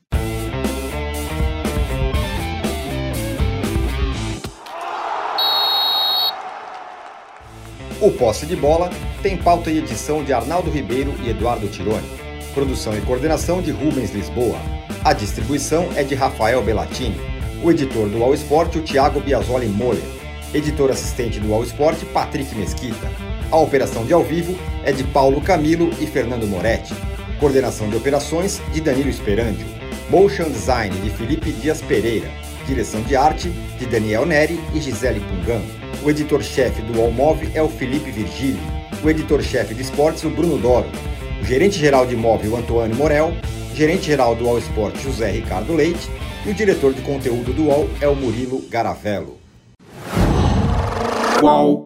O Posse de Bola tem pauta e edição de Arnaldo Ribeiro e Eduardo Tironi. Produção e coordenação de Rubens Lisboa. A distribuição é de Rafael Bellatini. O editor do All Sport, o Thiago Biasoli Moller. Editor assistente do All Sport, Patrick Mesquita. A operação de ao vivo é de Paulo Camilo e Fernando Moretti. Coordenação de operações de Danilo Esperandio. Motion Design de Felipe Dias Pereira. Direção de arte de Daniel Neri e Gisele Pungan. O editor-chefe do Allmove é o Felipe Virgílio. O editor-chefe de esportes, o Bruno Doro. O gerente-geral de imóvel, Antônio Morel. Gerente-geral do All Sport, José Ricardo Leite. E o diretor de conteúdo do All é o Murilo Garavello. Qual?